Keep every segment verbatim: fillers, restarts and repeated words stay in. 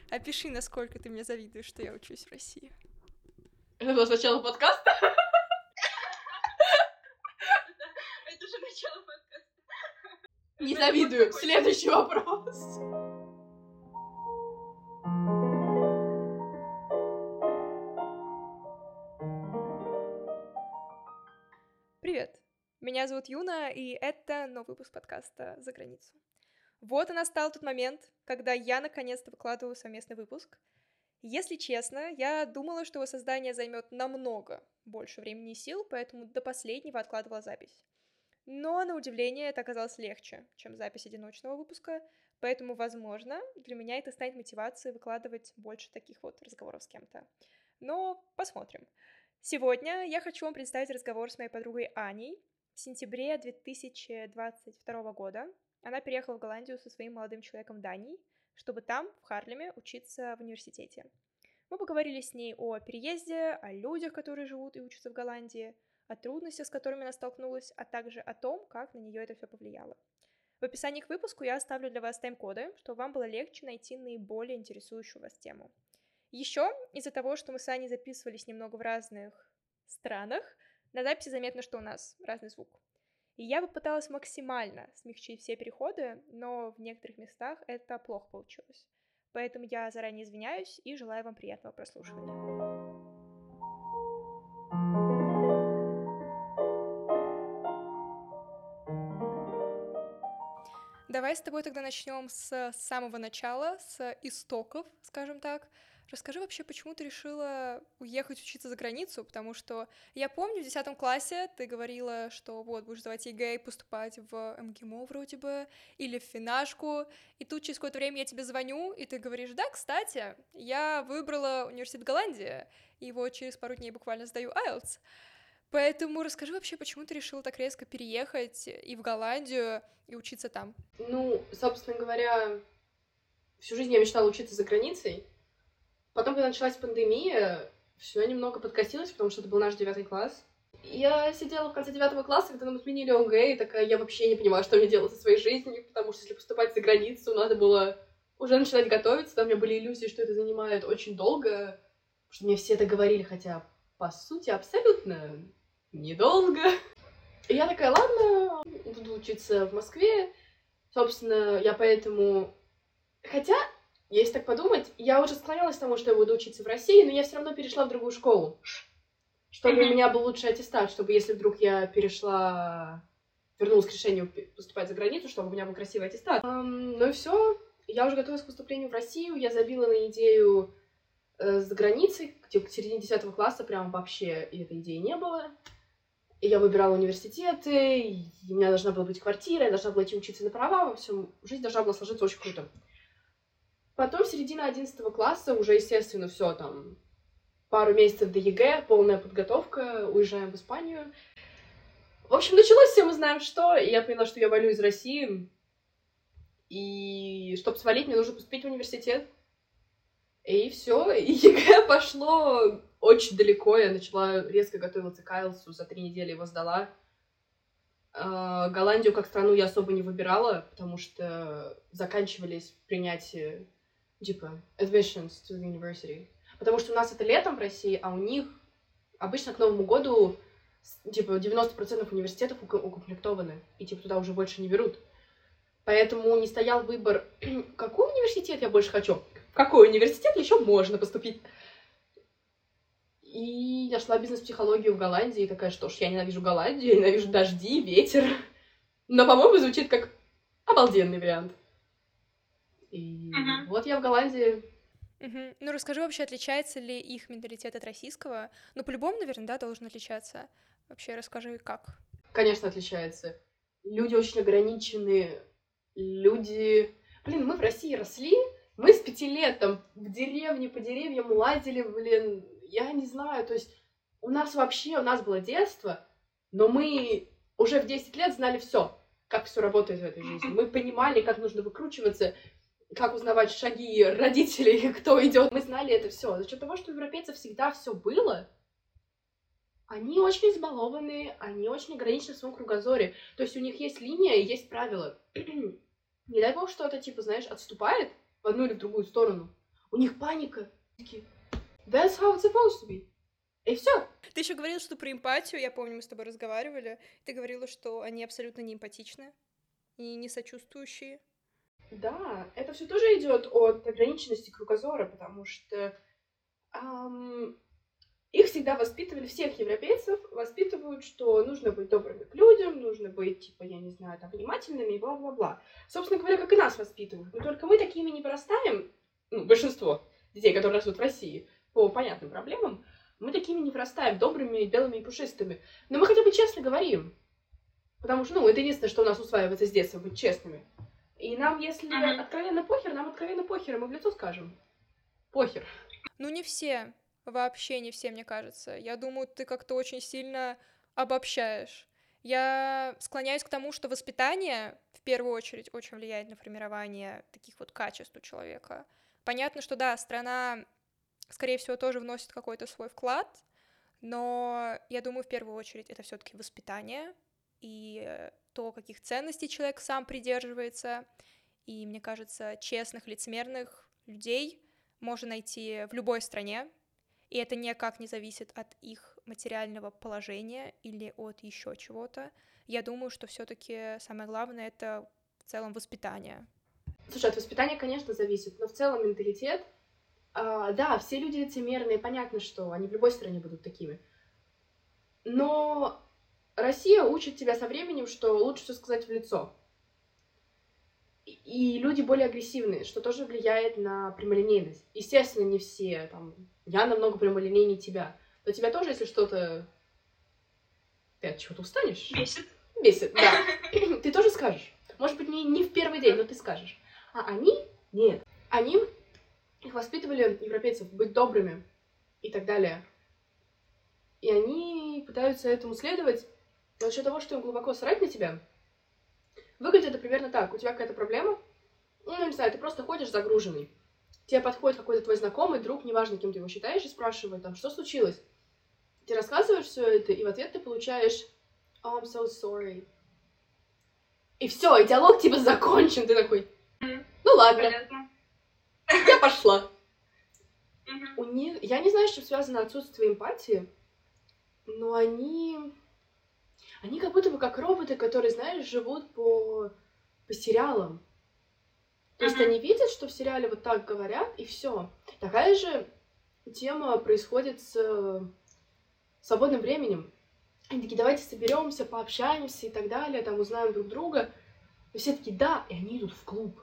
Опиши, насколько ты мне завидуешь, что я учусь в России. Это было сначала подкаста? Это же начало подкаста. Не завидую. Следующий вопрос. Привет, меня зовут Юна, и это новый выпуск подкаста «За границу». Вот и настал тот момент, когда я наконец-то выкладываю совместный выпуск. Если честно, я думала, что его создание займет намного больше времени и сил, поэтому до последнего откладывала запись. Но, на удивление, это оказалось легче, чем запись одиночного выпуска, поэтому, возможно, для меня это станет мотивацией выкладывать больше таких вот разговоров с кем-то. Но посмотрим. Сегодня я хочу вам представить разговор с моей подругой Аней. В сентябре две тысячи двадцать второго года она переехала в Голландию со своим молодым человеком Даней, чтобы там, в Харлеме, учиться в университете. Мы поговорили с ней о переезде, о людях, которые живут и учатся в Голландии, о трудностях, с которыми она столкнулась, а также о том, как на нее это все повлияло. В описании к выпуску я оставлю для вас тайм-коды, чтобы вам было легче найти наиболее интересующую вас тему. Еще из-за того, что мы с Аней записывались немного в разных странах, на записи заметно, что у нас разный звук. И я попыталась максимально смягчить все переходы, но в некоторых местах это плохо получилось. Поэтому я заранее извиняюсь и желаю вам приятного прослушивания. Давай с тобой тогда начнем с самого начала, с истоков, скажем так. Расскажи вообще, почему ты решила уехать учиться за границу, потому что я помню, в десятом классе ты говорила, что вот, будешь сдавать ЕГЭ и поступать в МГИМО вроде бы, или в финашку, и тут через какое-то время я тебе звоню, и ты говоришь, да, кстати, я выбрала университет Голландии, и вот через пару дней буквально сдаю айлтс. Поэтому расскажи вообще, почему ты решила так резко переехать и в Голландию, и учиться там? Ну, собственно говоря, всю жизнь я мечтала учиться за границей. Потом, когда началась пандемия, все немного подкосилось, потому что это был наш девятый класс. Я сидела в конце девятого класса, когда нам отменили ОГЭ, и такая, я вообще не понимаю, что мне делать со своей жизнью, потому что если поступать за границу, надо было уже начинать готовиться, там у меня были иллюзии, что это занимает очень долго, потому что мне все это говорили, хотя, по сути, абсолютно недолго. И я такая, ладно, буду учиться в Москве. Собственно, я поэтому... Хотя, если так подумать, я уже склонялась к тому, что я буду учиться в России, но я все равно перешла в другую школу. Чтобы у меня был лучший аттестат, чтобы если вдруг я перешла... Вернулась к решению поступать за границу, чтобы у меня был красивый аттестат. Um, ну и все. Я уже готовилась к поступлению в Россию. Я забила на идею э, за границей. Типа к середине десятого класса прям вообще этой идеи не было. И я выбирала университеты, и у меня должна была быть квартира, я должна была идти учиться на права, в общем, жизнь должна была сложиться очень круто. Потом середина одиннадцатого класса, уже, естественно, все там, пару месяцев до ЕГЭ, полная подготовка, уезжаем в Испанию. В общем, началось все, мы знаем что, и я поняла, что я валю из России, и чтобы свалить, мне нужно поступить в университет. И все, и ЕГЭ пошло очень далеко, я начала резко готовиться к айлтсу, за три недели его сдала. Uh, Голландию как страну я особо не выбирала, потому что заканчивались принятие, типа, admissions to the university. Потому что у нас это летом в России, а у них обычно к Новому году, типа, девяносто процентов университетов укомплектованы, и, типа, туда уже больше не берут. Поэтому не стоял выбор, какой университет я больше хочу, в какой университет еще можно поступить. И я шла бизнес-психологию в Голландии, и такая, что ж, я ненавижу Голландию, я ненавижу дожди, ветер. Но, по-моему, звучит как обалденный вариант. И uh-huh. вот я в Голландии. Uh-huh. Ну, расскажи вообще, отличается ли их менталитет от российского? Ну, по-любому, наверное, да, должен отличаться. Вообще, расскажи, как? Конечно, отличается. Люди очень ограничены, люди... Блин, мы в России росли, мы с пяти лет там в деревне по деревьям лазили, блин... Я не знаю, то есть у нас вообще, у нас было детство, но мы уже в десять лет знали все, как все работает в этой жизни. Мы понимали, как нужно выкручиваться, как узнавать шаги родителей, кто идет. Мы знали это все. За счет того, что у европейцев всегда все было, они очень избалованы, они очень ограничены в своем кругозоре. То есть у них есть линия и есть правила. Не дай бог что-то, типа, знаешь, отступает в одну или в другую сторону. у них паника. Такие, that's how it's supposed to be. И все. Ты еще говорила, что про эмпатию, я помню, мы с тобой разговаривали, ты говорила, что они абсолютно не эмпатичны и не сочувствующие. Да, это все тоже идет от ограниченности кругозора, потому что ам, их всегда воспитывали, всех европейцев воспитывают, что нужно быть добрыми к людям, нужно быть, типа, я не знаю, там, внимательными и бла-бла-бла. Собственно говоря, как и нас воспитывают. Но только мы такими не вырастаем, ну, большинство детей, которые растут в России, по понятным проблемам, мы такими не вырастаем, добрыми, белыми и пушистыми. Но мы хотя бы честно говорим. Потому что, ну, это единственное, что у нас усваивается с детства, быть честными. И нам, если Мгм. откровенно похер, нам откровенно похер, и мы в лицо скажем. Похер. Ну, не все, вообще не все, мне кажется. Я думаю, ты как-то очень сильно обобщаешь. Я склоняюсь к тому, что воспитание в первую очередь очень влияет на формирование таких вот качеств у человека. Понятно, что да, страна, скорее всего, тоже вносит какой-то свой вклад, но я думаю, в первую очередь это все-таки воспитание и э, то, каких ценностей человек сам придерживается. И мне кажется, честных, лицемерных людей можно найти в любой стране, и это никак не зависит от их материального положения или от еще чего-то. Я думаю, что все-таки самое главное это в целом воспитание. Слушай, от воспитания, конечно, зависит, но в целом менталитет. а, да, все люди лицемерные, понятно, что они в любой стране будут такими. Но Россия учит тебя со временем, что лучше все сказать в лицо. И и люди более агрессивные, что тоже влияет на прямолинейность. Естественно, не все, там, я намного прямолинейнее тебя. Но тебя тоже, если что-то... Ты от чего-то устанешь? Бесит. Бесит, да. Ты тоже скажешь. Может быть, не, не в первый день, но ты скажешь. А они — нет. Они, их воспитывали, европейцев, быть добрыми и так далее. И они пытаются этому следовать. Но за счет того, что им глубоко срать на тебя, выглядит это примерно так. У тебя какая-то проблема, ну, не знаю, ты просто ходишь загруженный. Тебе подходит какой-то твой знакомый, друг, неважно, кем ты его считаешь, и спрашивает, там, что случилось? Ты рассказываешь все это, и в ответ ты получаешь «Oh, I'm so sorry». И все, и диалог типа закончен. Ты такой, Мгм. ну ладно, Понятно. я пошла. Мгм. У них, я не знаю, с чем связано отсутствие эмпатии, но они, они как будто бы как роботы, которые, знаешь, живут по, по сериалам. То есть Мгм. они видят, что в сериале вот так говорят, и все. Такая же тема происходит с э, свободным временем. Они такие, давайте соберемся, пообщаемся и так далее, там узнаем друг друга. И все такие, да, и они идут в клуб.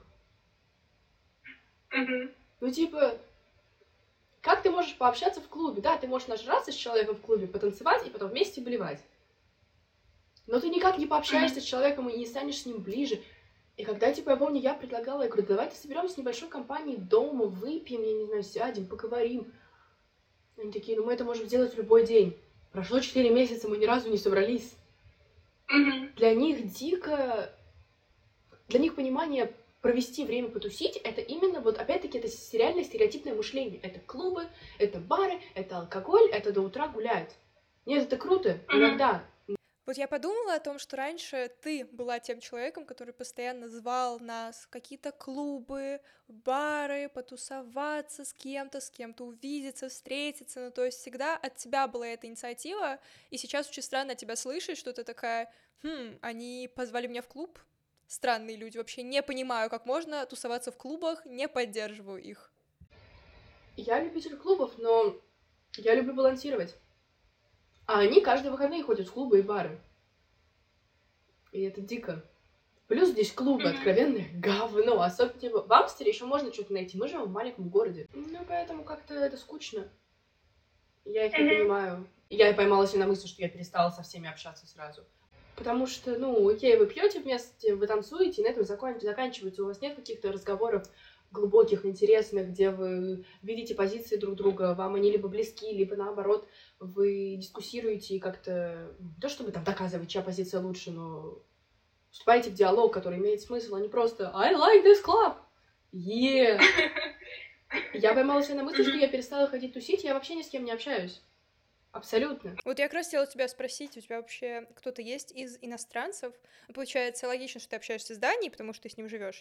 Мгм. Ну, типа, как ты можешь пообщаться в клубе? Да, ты можешь нажраться с человеком в клубе, потанцевать и потом вместе блевать. Но ты никак не пообщаешься с человеком и не станешь с ним ближе. И когда, типа, я помню, я предлагала, я говорю, давайте соберемся с небольшой компанией дома, выпьем, я не знаю, сядем, поговорим. Они такие, ну мы это можем сделать в любой день. Прошло четыре месяца, мы ни разу не собрались. Мгм. Для них дико... Для них понимание провести время потусить, это именно, вот опять-таки, это сериальное стереотипное мышление. Это клубы, это бары, это алкоголь, это до утра гуляют. Нет, это круто, Мгм. иногда. Вот я подумала о том, что раньше ты была тем человеком, который постоянно звал нас в какие-то клубы, бары, потусоваться с кем-то, с кем-то увидеться, встретиться. Ну, то есть всегда от тебя была эта инициатива, и сейчас очень странно тебя слышать, что ты такая, хм, они позвали меня в клуб? Странные люди, вообще не понимаю, как можно тусоваться в клубах, не поддерживаю их. Я любитель клубов, но я люблю балансировать. А они каждые выходные ходят в клубы и бары. И это дико. Плюс здесь клубы Мгм. откровенное говно. Особенно типа, в Амстере еще можно что-то найти. Мы живем в маленьком городе. Ну, поэтому как-то это скучно. Я их не Мгм. понимаю. Я поймала себя на мысли, что я перестала со всеми общаться сразу. Потому что, ну, окей, вы пьете вместе, вы танцуете, и на этом закон- заканчивается. У вас нет каких-то разговоров глубоких, интересных, где вы видите позиции друг друга, вам они либо близки, либо наоборот, вы дискуссируете и как-то, ну, не то чтобы там доказывать, чья позиция лучше, но вступаете в диалог, который имеет смысл, а не просто I like this club! Yeah! Я поймала себя на мысли, что я перестала ходить тусить, я вообще ни с кем не общаюсь. Абсолютно. Вот я как раз хотела тебя спросить, у тебя вообще кто-то есть из иностранцев? Ну, получается, логично, что ты общаешься с Данией, потому что ты с ним живешь.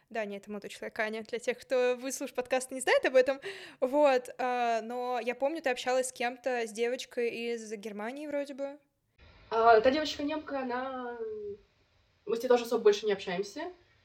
Да, нет, это молодой человек, Аня, для тех, кто выслушал подкаст и не знает об этом. Вот, а, но я помню, ты общалась с кем-то, с девочкой из Германии вроде бы. А, та девочка-немка, она... Мы с ней тоже особо больше не общаемся.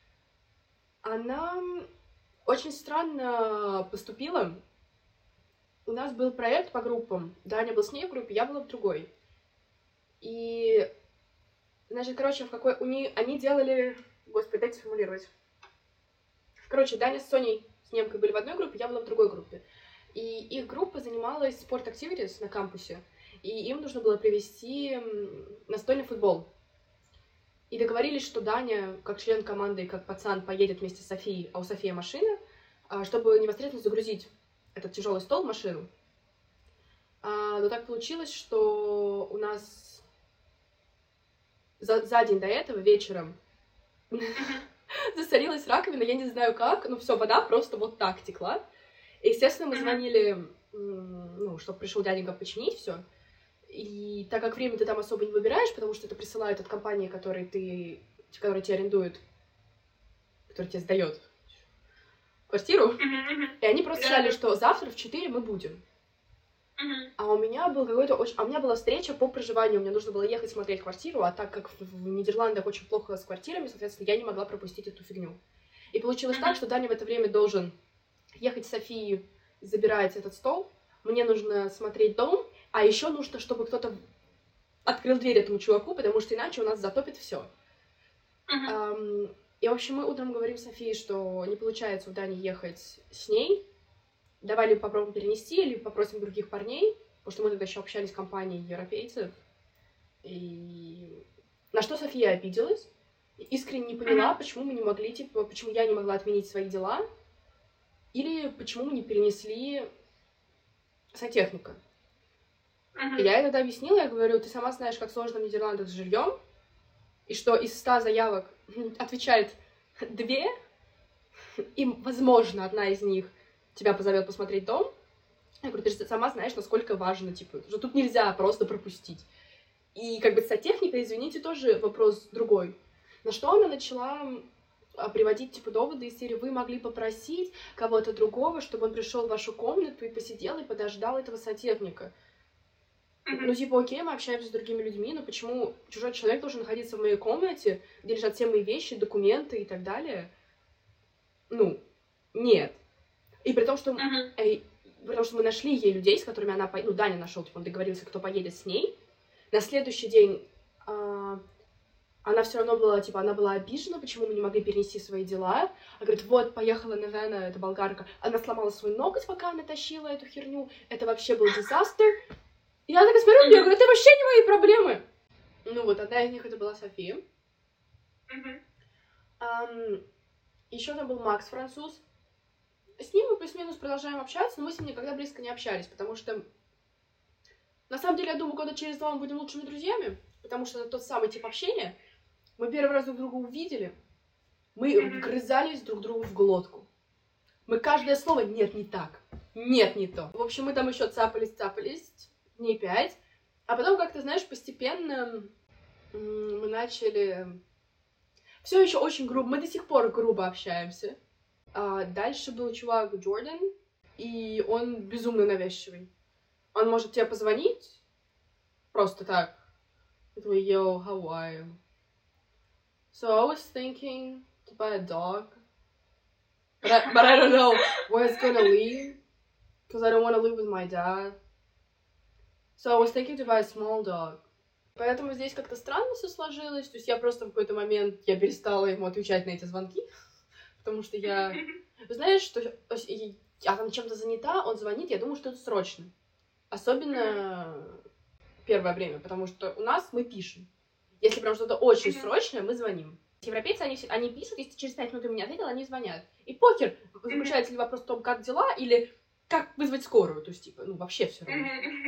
Она очень странно поступила. У нас был проект по группам. Даня был с ней в группе, я была в другой. И, значит, короче, в какой... У них... Они делали... Господи, дайте сформулировать. Короче, Даня с Соней, с немкой были в одной группе, я была в другой группе. И их группа занималась спорт-активитис на кампусе. И им нужно было привезти настольный футбол. И договорились, что Даня, как член команды и как пацан, поедет вместе с Софией, а у Софии машина, чтобы непосредственно загрузить этот тяжелый стол в машину. Но так получилось, что у нас за, за день до этого вечером засорилась раковина, я не знаю как, но все, вода просто вот так текла. И, естественно, мы звонили, ну, чтобы пришел дяденька починить все. И так как время ты там особо не выбираешь, потому что это присылают от компании, которой ты, которая тебе арендует, которая тебе сдает квартиру, и они просто сказали, что завтра в четыре мы будем. А у меня был какой-то очень... А у меня была встреча по проживанию, мне нужно было ехать смотреть квартиру, а так как в Нидерландах очень плохо с квартирами, соответственно, я не могла пропустить эту фигню. И получилось так, что Даня в это время должен ехать с Софией, забирать этот стол, мне нужно смотреть дом, а еще нужно, чтобы кто-то открыл дверь этому чуваку, потому что иначе у нас затопит все. Uh-huh. Um, и, в общем, мы утром говорим Софии, что не получается у Дани ехать с ней. Давай либо попробуем перенести, либо попросим других парней, потому что мы тогда еще общались с компанией европейцев. И на что София обиделась, искренне не поняла, uh-huh. почему мы не могли, типа, почему я не могла отменить свои дела, или почему мы не перенесли сантехника. Uh-huh. И я ей тогда объяснила, я говорю, ты сама знаешь, как сложно в Нидерландах с жильем, и что из ста заявок отвечает две, и, возможно, одна из них тебя позовет посмотреть дом. Я говорю, ты же сама знаешь, насколько важно, типа, что тут нельзя просто пропустить. И как бы с сантехникой, извините, тоже вопрос другой. На что она начала приводить, типа, доводы из серии, вы могли попросить кого-то другого, чтобы он пришел в вашу комнату и посидел и подождал этого сантехника. Ну, типа, окей, мы общаемся с другими людьми, но почему чужой человек должен находиться в моей комнате, где лежат все мои вещи, документы и так далее? Ну, нет. И при том, что, uh-huh. э, при том, что мы нашли ей людей, с которыми она... По... Ну, Даня нашел, типа, он договорился, кто поедет с ней. На следующий день э, она все равно была, типа, она была обижена, почему мы не могли перенести свои дела. Она говорит, вот, поехала Невена, эта болгарка, она сломала свой ноготь, пока она тащила эту херню. Это вообще был дизастер. И я так смотрю, я говорю, это вообще не мои проблемы. Ну вот, одна из них это была София. Uh-huh. Um, еще там был Макс, француз. С ним мы плюс-минус продолжаем общаться, но мы с ним никогда близко не общались, потому что, на самом деле, я думаю, года через два мы будем лучшими друзьями, потому что это тот самый тип общения. Мы первый раз друг друга увидели, мы uh-huh. вгрызались друг другу в глотку. Мы каждое слово «нет, не так», «нет, не то». В общем, мы там еще цапались-цапались дней пять, а потом как-то, знаешь, постепенно мы начали... Все еще очень грубо, мы до сих пор грубо общаемся. А дальше был чувак Джордан, и он безумно навязчивый. Он может тебе позвонить просто так. Такой, yo, how are you? So I was thinking to buy a dog, but I, but I don't know where it's gonna lead, because I don't want to live with my dad. So I was thinking to buy a small dog. Поэтому здесь как-то странно все сложилось. То есть я просто в какой-то момент я перестала ему отвечать на эти звонки, потому что я... Знаешь, что я там чем-то занята, он звонит, я думаю, что это срочно. Особенно первое время, потому что у нас мы пишем. Если прям что-то очень срочное, мы звоним. Европейцы, они, они пишут, если через пять минут им не ответил, они звонят. И похер, заключается ли вопрос в том, как дела, или как вызвать скорую. То есть, типа, ну, вообще все равно.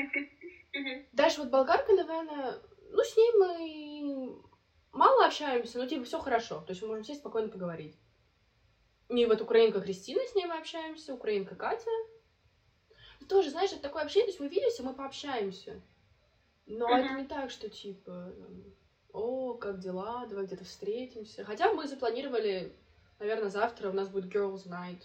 Дальше вот болгарка, наверное, ну, с ней мы мало общаемся, но, типа, все хорошо. То есть мы можем сесть спокойно поговорить. И вот украинка Кристина, с ней мы общаемся, украинка Катя. Ну, тоже, знаешь, это такое общение, то есть мы видимся, мы пообщаемся. Но uh-huh. это не так, что, типа, о, как дела, давай где-то встретимся. Хотя мы запланировали наверное, завтра у нас будет girls night.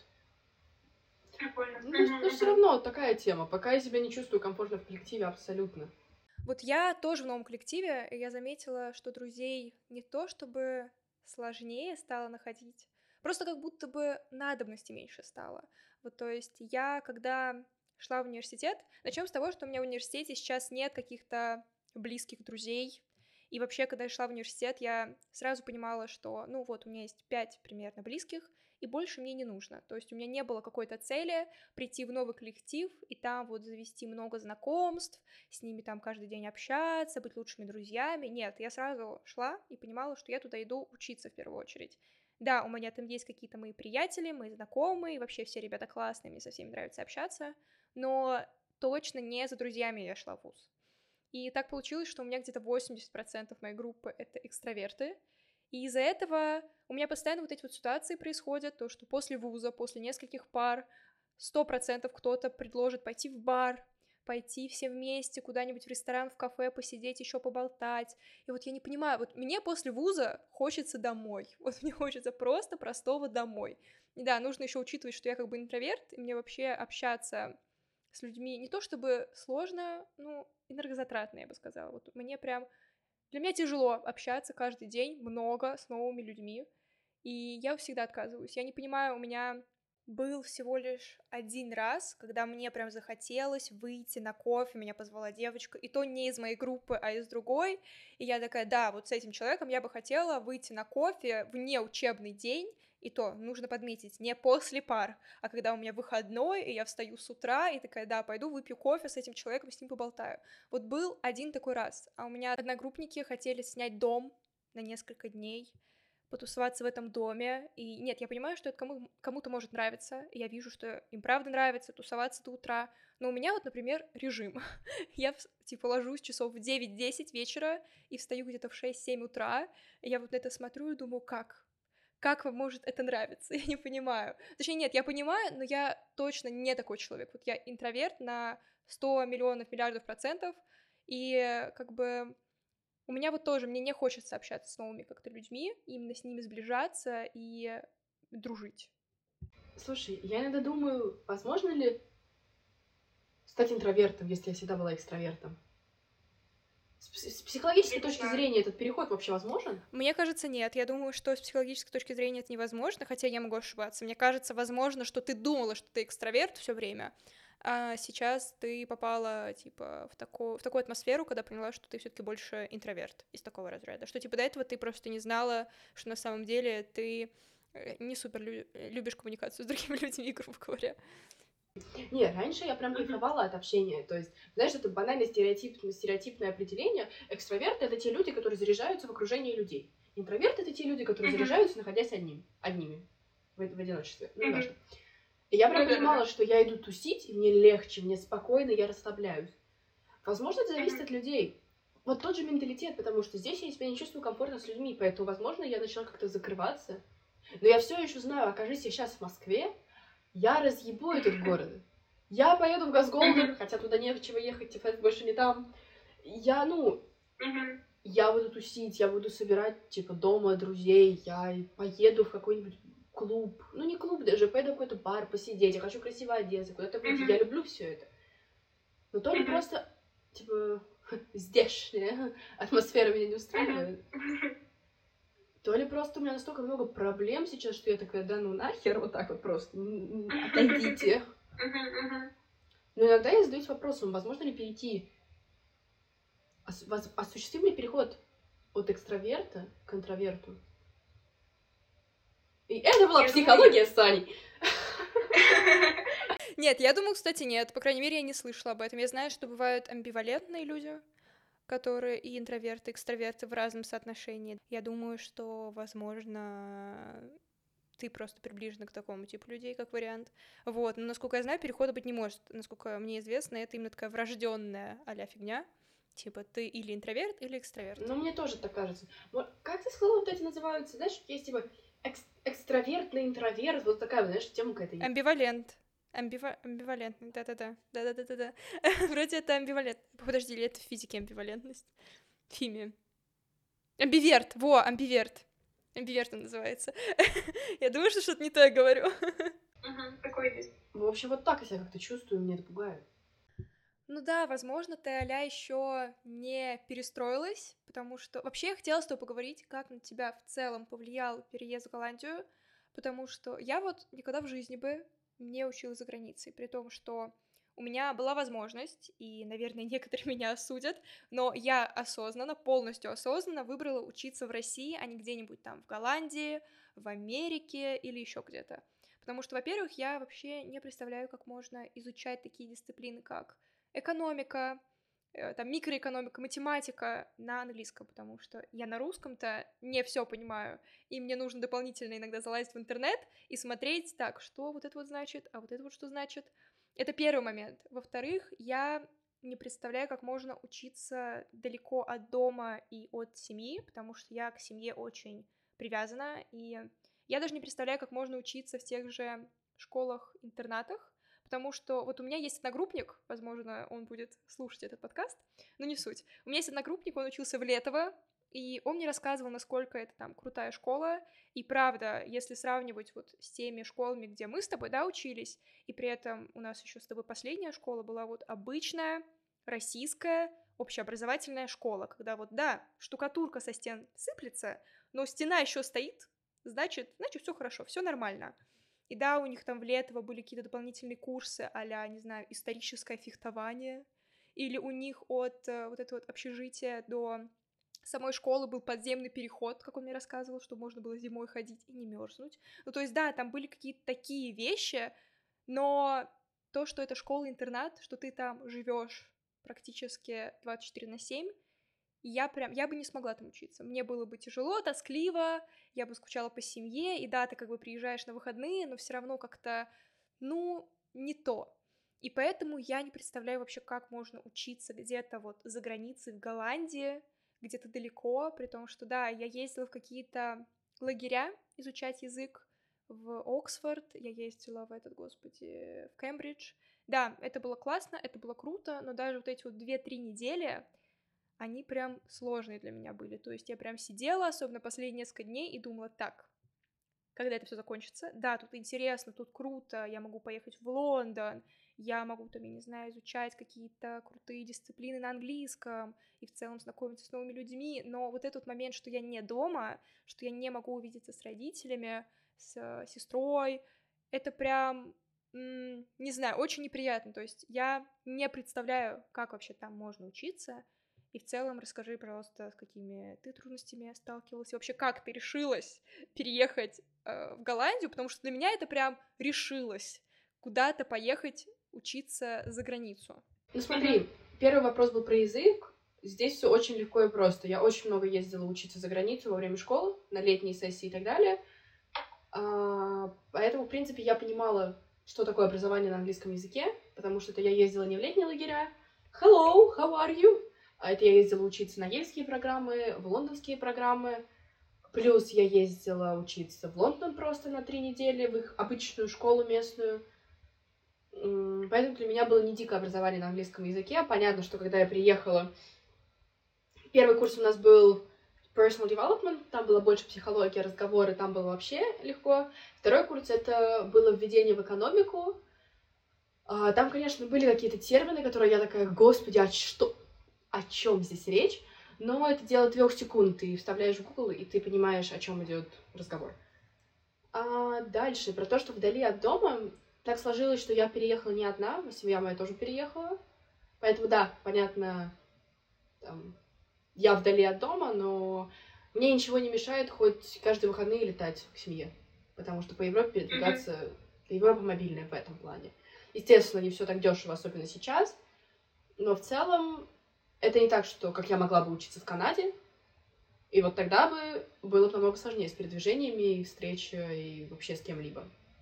Прикольно. Ну, но, но все равно такая тема. Пока я себя не чувствую комфортно в коллективе, абсолютно. Вот я тоже в новом коллективе, и я заметила, что друзей не то чтобы сложнее стало находить, просто как будто бы надобности меньше стало. Вот, то есть я, когда шла в университет, начнем с того, что у меня в университете сейчас нет каких-то близких друзей, и вообще, когда я шла в университет, я сразу понимала, что, ну вот, у меня есть пять примерно близких, и больше мне не нужно. То есть у меня не было какой-то цели прийти в новый коллектив и там вот завести много знакомств, с ними там каждый день общаться, быть лучшими друзьями. Нет, я сразу шла и понимала, что я туда иду учиться в первую очередь. Да, у меня там есть какие-то мои приятели, мои знакомые, вообще все ребята классные, мне со всеми нравится общаться, но точно не за друзьями я шла в вуз. И так получилось, что у меня где-то восемьдесят процентов моей группы — это экстраверты, и из-за этого у меня постоянно вот эти вот ситуации происходят, то, что после вуза, после нескольких пар, сто процентов кто-то предложит пойти в бар, пойти все вместе куда-нибудь в ресторан, в кафе, посидеть, еще поболтать. И вот я не понимаю, вот мне после вуза хочется домой. Вот мне хочется просто простого домой. И да, нужно еще учитывать, что я как бы интроверт, и мне вообще общаться с людьми не то чтобы сложно, ну, энергозатратно, я бы сказала. Вот мне прям... Для меня тяжело общаться каждый день много с новыми людьми, и я всегда отказываюсь. Я не понимаю, у меня был всего лишь один раз, когда мне прям захотелось выйти на кофе, меня позвала девочка, и то не из моей группы, а из другой, и я такая, да, вот с этим человеком я бы хотела выйти на кофе в неучебный день, и то, нужно подметить, не после пар, а когда у меня выходной, и я встаю с утра, и такая, да, пойду выпью кофе с этим человеком, с ним поболтаю. Вот был один такой раз, а у меня одногруппники хотели снять дом на несколько дней, потусоваться в этом доме, и нет, я понимаю, что это кому- кому-то может нравиться, и я вижу, что им правда нравится тусоваться до утра, но у меня вот, например, режим. Я, типа, ложусь часов в девять-десять вечера и встаю где-то в шесть-семь утра, и я вот на это смотрю и думаю, как? Как вам может это нравиться? Я не понимаю. Точнее, нет, я понимаю, но я точно не такой человек. Вот я интроверт на сто миллионов, миллиардов процентов, и как бы у меня вот тоже, мне не хочется общаться с новыми как-то людьми, именно с ними сближаться и дружить. Слушай, я иногда думаю, возможно ли стать интровертом, если я всегда была экстравертом? С, пс- с психологической точки зрения этот переход вообще возможен? Мне кажется, нет. Я думаю, что с психологической точки зрения это невозможно, хотя я могу ошибаться. Мне кажется, возможно, что ты думала, что ты экстраверт все время, а сейчас ты попала, типа, в такую, в такую атмосферу, когда поняла, что ты все-таки больше интроверт из такого разряда. Что, типа, до этого ты просто не знала, что на самом деле ты э, не супер лю- любишь коммуникацию с другими людьми, грубо говоря. Не, раньше я прям кайфовала от общения. То есть, знаешь, это банальное стереотипное, стереотипное определение. Экстраверты — это те люди, которые заряжаются в окружении людей. Интроверты — это те люди, которые заряжаются, находясь одним, одними, в, в одиночестве. Ну, неважно. И я прям понимала, что я иду тусить, и мне легче, мне спокойно, я расслабляюсь. Возможно, это зависит от людей. Вот тот же менталитет, потому что здесь я себя не чувствую комфортно с людьми, поэтому, возможно, я начала как-то закрываться. Но я все еще знаю, окажись я сейчас в Москве, я разъебу этот город. Я поеду в Газголден, хотя туда не в чего ехать, ТФС больше не там. Я, ну, я буду тусить, я буду собирать, типа, дома друзей, я поеду в какой-нибудь клуб, ну, не клуб даже, поеду в какой-то бар посидеть, я хочу красиво одеться, куда-то выйти, я люблю все это. Но то ли просто, типа, здешняя атмосфера меня не устраивает, то ли просто у меня настолько много проблем сейчас, что я такая, да ну нахер, вот так вот просто, отойдите. Но иногда я задаюсь вопросом, возможно ли перейти, ос- воз- осуществим ли переход от экстраверта к интроверту? И это была Я психология с Саней. Нет, я думаю, кстати, нет. По крайней мере, я не слышала об этом. Я знаю, что бывают амбивалентные люди, которые и интроверты, и экстраверты в разном соотношении. Я думаю, что, возможно, ты просто приближена к такому типу людей, как вариант. Вот, но, насколько я знаю, перехода быть не может. Насколько мне известно, это именно такая врожденная а-ля фигня. Типа, ты или интроверт, или экстраверт. Ну, мне тоже так кажется. Вот, как ты сказала, вот эти называются, знаешь, есть типа экс- экстравертный интроверт, вот такая, вот, знаешь, тема какая-то есть. Амбивалент. Амбива... Амбивалентный, да-да-да. Да-да-да-да-да. Вроде это амбивалент. Подожди, или это в физике амбивалентность? В химии. Амбиверт, во, амбиверт. Амбивертно называется. Я думаю, что что-то не то я говорю. Угу, такое есть. В общем, вот так я себя как-то чувствую, мне это пугает. Ну да, возможно, ты а-ля еще не перестроилась, потому что... Вообще, я хотела с тобой поговорить, как на тебя в целом повлиял переезд в Голландию, потому что я вот никогда в жизни бы не училась за границей, при том, что у меня была возможность, и, наверное, некоторые меня осудят, но я осознанно, полностью осознанно выбрала учиться в России, а не где-нибудь там в Голландии, в Америке или еще где-то. Потому что, во-первых, я вообще не представляю, как можно изучать такие дисциплины, как экономика, э, там микроэкономика, математика на английском, потому что я на русском-то не все понимаю, и мне нужно дополнительно иногда залазить в интернет и смотреть, так, что вот это вот значит, а вот это вот что значит. Это первый момент. Во-вторых, я не представляю, как можно учиться далеко от дома и от семьи, потому что я к семье очень привязана, и я даже не представляю, как можно учиться в тех же школах-интернатах, потому что вот у меня есть одногруппник, возможно, он будет слушать этот подкаст, но не суть. У меня есть одногруппник, он учился в Летово, и он мне рассказывал, насколько это там крутая школа, и правда, если сравнивать вот с теми школами, где мы с тобой, да, учились, и при этом у нас еще с тобой последняя школа была вот обычная, российская, общеобразовательная школа, когда вот, да, штукатурка со стен сыплется, но стена еще стоит, значит, значит, все хорошо, все нормально. И да, у них там в Летово были какие-то дополнительные курсы а-ля, не знаю, историческое фехтование, или у них от э, вот этого вот общежития до самой школы был подземный переход, как он мне рассказывал, что можно было зимой ходить и не мерзнуть. Ну, то есть, да, там были какие-то такие вещи, но то, что это школа-интернат, что ты там живешь практически двадцать четыре на семь, я прям, я бы не смогла там учиться. Мне было бы тяжело, тоскливо, я бы скучала по семье, и да, ты как бы приезжаешь на выходные, но все равно как-то, ну, не то. И поэтому я не представляю вообще, как можно учиться где-то вот за границей, в Голландии, где-то далеко, при том, что, да, я ездила в какие-то лагеря изучать язык, в Оксфорд, я ездила в этот, господи, в Кембридж. Да, это было классно, это было круто, но даже вот эти вот две-три недели, они прям сложные для меня были. То есть я прям сидела, особенно последние несколько дней, и думала, так, когда это все закончится? Да, тут интересно, тут круто, я могу поехать в Лондон, я могу там, я не знаю, изучать какие-то крутые дисциплины на английском и в целом знакомиться с новыми людьми, но вот этот момент, что я не дома, что я не могу увидеться с родителями, с сестрой, это прям, м- не знаю, очень неприятно. То есть я не представляю, как вообще там можно учиться. И в целом расскажи, пожалуйста, с какими ты трудностями сталкивалась, и вообще как ты решилась переехать э, в Голландию, потому что для меня это прям решилось куда-то поехать учиться за границу. Ну смотри, первый вопрос был про язык. Здесь все очень легко и просто. Я очень много ездила учиться за границу во время школы, на летние сессии и так далее. А, поэтому, в принципе, я понимала, что такое образование на английском языке, потому что это я ездила не в летние лагеря. Hello, how are you? А это я ездила учиться на ельские программы, в лондонские программы. Плюс я ездила учиться в Лондон просто на три недели, в их обычную школу местную. Поэтому для меня было не дикое образование на английском языке. Понятно, что когда я приехала, первый курс у нас был personal development, там было больше психологии, разговоры, там было вообще легко. Второй курс — это было введение в экономику. Там, конечно, были какие-то термины, которые я такая, господи, а что, о чем здесь речь? Но это дело трех секунд. Ты вставляешь в Google, и ты понимаешь, о чем идет разговор. А дальше, про то, что вдали от дома, так сложилось, что я переехала не одна, семья моя тоже переехала. Поэтому, да, понятно, там, я вдали от дома, но мне ничего не мешает хоть каждые выходные летать к семье. Потому что по Европе передвигаться... Mm-hmm. Европа мобильная в этом плане. Естественно, не все так дешево, особенно сейчас. Но в целом это не так, что как я могла бы учиться в Канаде. И вот тогда бы было намного сложнее с передвижениями, и встречей, и вообще с кем-либо.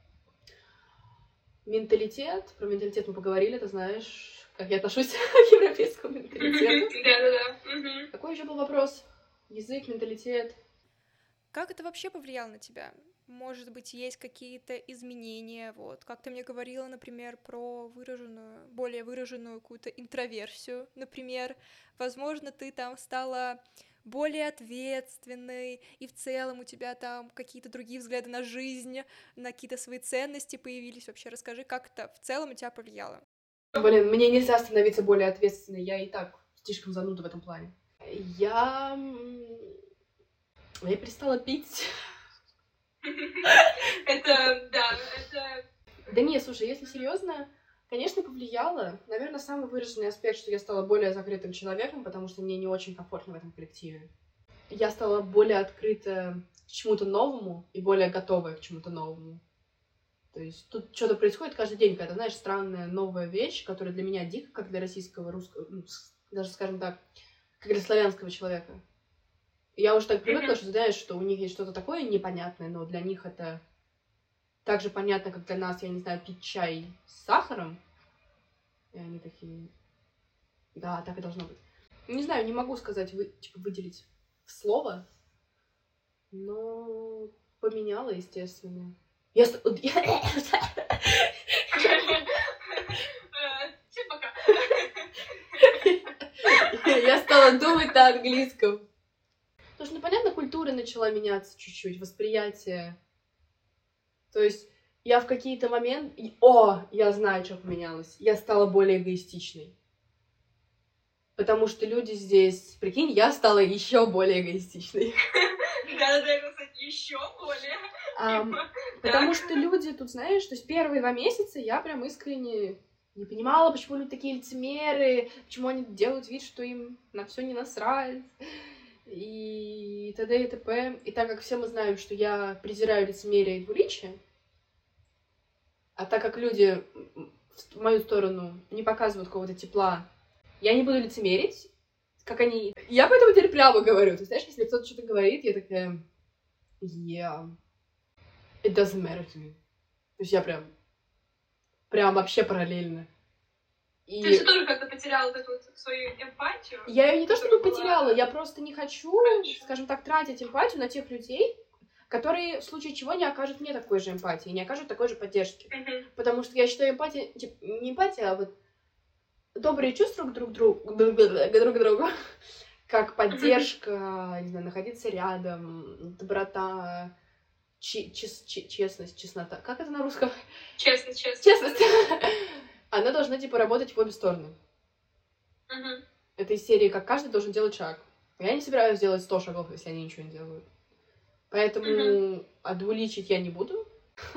Менталитет. Про менталитет мы поговорили, ты знаешь, как я отношусь к европейскому менталитету. Да-да-да. Какой еще был вопрос? Язык, менталитет. Как это вообще повлияло на тебя? Может быть, есть какие-то изменения, вот, как ты мне говорила, например, про выраженную, более выраженную какую-то интроверсию, например, возможно, ты там стала более ответственный, и в целом у тебя там какие-то другие взгляды на жизнь, на какие-то свои ценности появились? Вообще расскажи, как это в целом у тебя повлияло? Блин, мне нельзя становиться более ответственной, я и так слишком зануда в этом плане. Я... Я перестала пить. Это, да, это... Да нет, слушай, если серьезно, конечно, повлияло. Наверное, самый выраженный аспект, что я стала более закрытым человеком, потому что мне не очень комфортно в этом коллективе. Я стала более открыта к чему-то новому и более готовая к чему-то новому. То есть тут что-то происходит каждый день, когда, знаешь, странная новая вещь, которая для меня дико, как для российского, русского, ну, даже, скажем так, как для славянского человека. И я уже так привыкла, что, знаешь, что у них есть что-то такое непонятное, но для них это так же понятно, как для нас, я не знаю, пить чай с сахаром. И они такие... Да, так и должно быть. Не знаю, не могу сказать, вы, типа, выделить слово, но поменяла, естественно. Я... Всем пока. Я стала думать на английском. Потому что, ну, понятно, культура начала меняться чуть-чуть, восприятие. То есть я в какие-то моменты... О, я знаю, что поменялось. Я стала более эгоистичной. Потому что люди здесь... Прикинь, я стала еще более эгоистичной. Да-да-да, кстати, еще более. Um, потому что люди тут, знаешь, то есть первые два месяца я прям искренне не понимала, почему люди такие лицемеры, почему они делают вид, что им на все не насрать, и т.д. и т.п. И так как все мы знаем, что я презираю лицемерие и двуличие, а так как люди в мою сторону не показывают какого-то тепла, я не буду лицемерить, как они... Я поэтому теперь прямо говорю. Ты знаешь, если кто-то что-то говорит, я такая... Yeah. It doesn't matter to me. То есть я прям... Прям вообще параллельно. И... Ты же тоже как-то потеряла вот эту вот свою эмпатию? Я ее не то чтобы была... потеряла, я просто не хочу, раньше. скажем так, тратить эмпатию на тех людей, которые в случае чего не окажут мне такой же эмпатии, не окажут такой же поддержки. Mm-hmm. Потому что я считаю эмпатия... Типа, не эмпатия, а вот добрые чувства друг к другу, друг к другу, как поддержка, не знаю, находиться рядом, доброта, че- чес- че- честность, честнота. Как это на русском? Честность, честность. Честность. Она должна, типа, работать в обе стороны. Угу. Это из серии, как каждый должен делать шаг. Я не собираюсь делать сто шагов, если они ничего не делают. Поэтому Угу. одвуличить я не буду.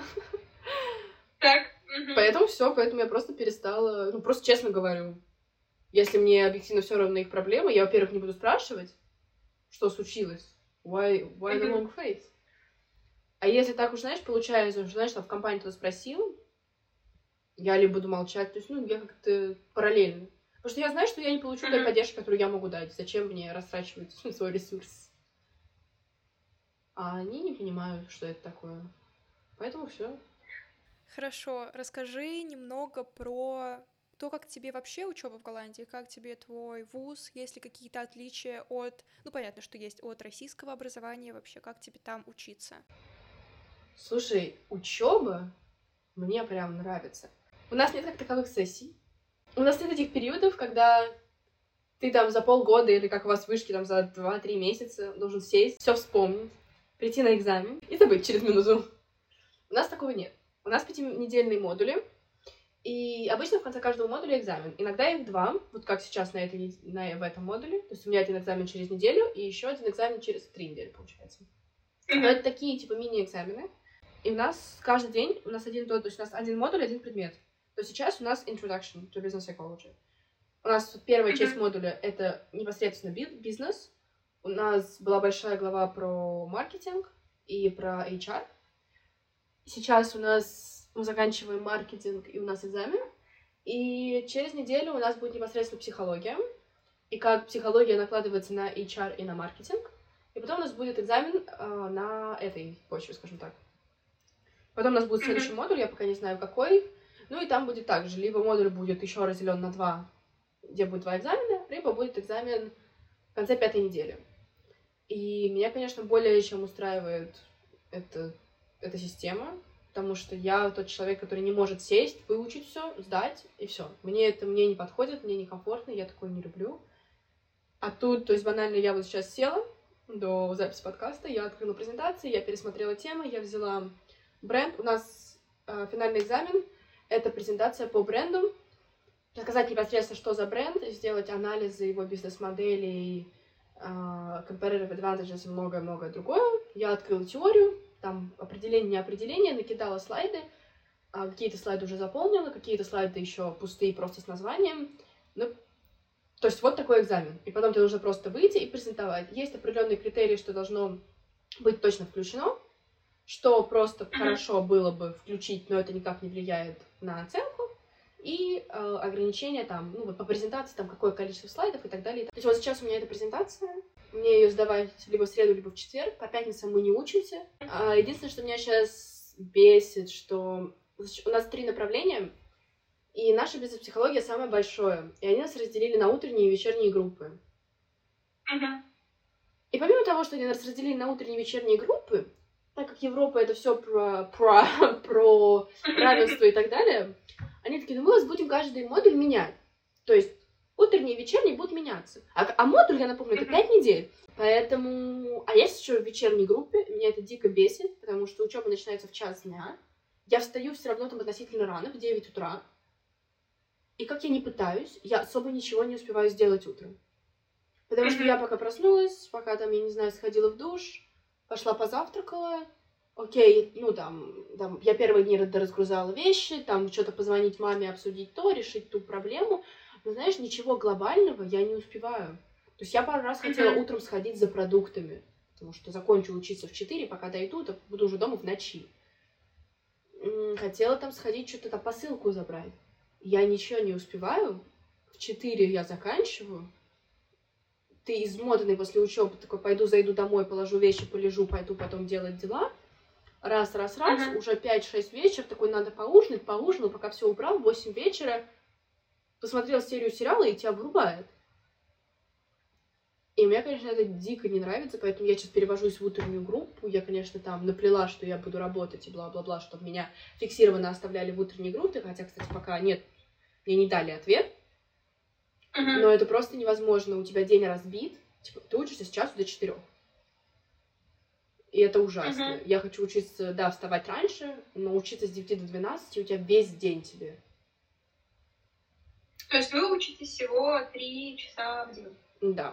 Так. Угу. Поэтому все, поэтому я просто перестала... Ну, просто честно говорю. Если мне объективно все равно на их проблемы, я, во-первых, не буду спрашивать, что случилось. Why, why the long face? А если так уж, знаешь, получается, что, знаешь, там в компании кто-то спросил, я либо буду молчать, то есть, ну, я как-то параллельно. Потому что я знаю, что я не получу той поддержки, которую я могу дать. Зачем мне растрачивать свой ресурс? А они не понимают, что это такое. Поэтому все. Хорошо, расскажи немного про то, как тебе вообще учеба в Голландии, как тебе твой вуз, есть ли какие-то отличия от, ну понятно, что есть от российского образования вообще, как тебе там учиться? Слушай, учеба мне прям нравится. У нас нет как таковых сессий. У нас нет этих периодов, когда ты там за полгода или как у вас в вышке там за два-три месяца должен сесть, все вспомнить, прийти на экзамен и забыть через минуту. У нас такого нет. У нас пятинедельные модули, и обычно в конце каждого модуля экзамен. Иногда их два, вот как сейчас на этой, на, в этом модуле. То есть у меня один экзамен через неделю, и еще один экзамен через три недели, получается. Но это такие, типа, мини-экзамены. И у нас каждый день, у нас один, то есть у нас один модуль, один предмет. То сейчас у нас Introduction to Business Psychology. У нас первая часть модуля — это непосредственно бизнес. У нас была большая глава про маркетинг и про эйч ар. Сейчас у нас мы заканчиваем маркетинг, и у нас экзамен. И через неделю у нас будет непосредственно психология. И как психология накладывается на эйч ар и на маркетинг. И потом у нас будет экзамен э, на этой почве, скажем так. Потом у нас будет следующий модуль, я пока не знаю какой. Ну и там будет так же. Либо модуль будет еще разделен на два, где будет два экзамена, либо будет экзамен в конце пятой недели. И меня, конечно, более чем устраивает это, эта система, потому что я тот человек, который не может сесть, выучить все, сдать, и все. Мне это мне не подходит, мне некомфортно, я такое не люблю. А тут, то есть банально, я вот сейчас села до записи подкаста, я открыла презентации, я пересмотрела темы, я взяла бренд. У нас э, финальный экзамен — это презентация по бренду. Рассказать непосредственно, что за бренд, сделать анализы его бизнес-моделей, э, competitive advantages и многое-многое другое. Я открыла теорию, там определение, неопределение, накидала слайды. А какие-то слайды уже заполнила, какие-то слайды еще пустые, просто с названием. Ну, то есть вот такой экзамен. И потом тебе нужно просто выйти и презентовать. Есть определенные критерии, что должно быть точно включено, что просто mm-hmm. хорошо было бы включить, но это никак не влияет на оценку. И э, ограничения там, ну вот по презентации, там какое количество слайдов и так далее. То есть вот сейчас у меня эта презентация. Мне ее сдавать либо в среду, либо в четверг. По пятницам мы не учимся. А единственное, что меня сейчас бесит, что у нас три направления, и наша бизнес-психология самое большое. И они нас разделили на утренние и вечерние группы. Uh-huh. И помимо того, что они нас разделили на утренние и вечерние группы, так как Европа — это все про, про, про равенство и так далее, они такие: ну мы вас будем каждый модуль менять. То есть утренние и вечерние будут меняться. А, а модуль, я напомню, это пять недель. Поэтому... А есть еще в вечерней группе. Меня это дико бесит, потому что учеба начинается в час дня. Я встаю все равно там относительно рано, в девять утра. И как я не пытаюсь, я особо ничего не успеваю сделать утром. Потому что я пока проснулась, пока там, я не знаю, сходила в душ, пошла позавтракала, окей, ну там, там я первые дни разгрузала вещи, там что-то позвонить маме, обсудить то, решить ту проблему. Но знаешь, ничего глобального я не успеваю. То есть я пару раз хотела утром сходить за продуктами, потому что закончу учиться в четыре, пока дойду, то буду уже дома в ночи. Хотела там сходить, что-то там посылку забрать. Я ничего не успеваю. В четыре я заканчиваю. Ты измотанный после учебы, такой: пойду, зайду домой, положу вещи, полежу, пойду потом делать дела. Раз, раз, раз, uh-huh. уже пять-шесть вечера, такой: надо поужинать, поужинал, пока все убрал, в восемь вечера посмотрел серию сериала, и тебя вырубает. И мне, конечно, это дико не нравится, поэтому я сейчас перевожусь в утреннюю группу. Я, конечно, там наплела, что я буду работать и бла-бла-бла, чтобы меня фиксированно оставляли в утренней группе, хотя, кстати, пока нет, мне не дали ответ. Uh-huh. Но это просто невозможно, у тебя день разбит, типа, ты учишься с часу до четырех. И это ужасно. Uh-huh. Я хочу учиться, да, вставать раньше, но учиться с девяти до двенадцати у тебя весь день тебе. То есть вы учитесь всего три часа в день? Да.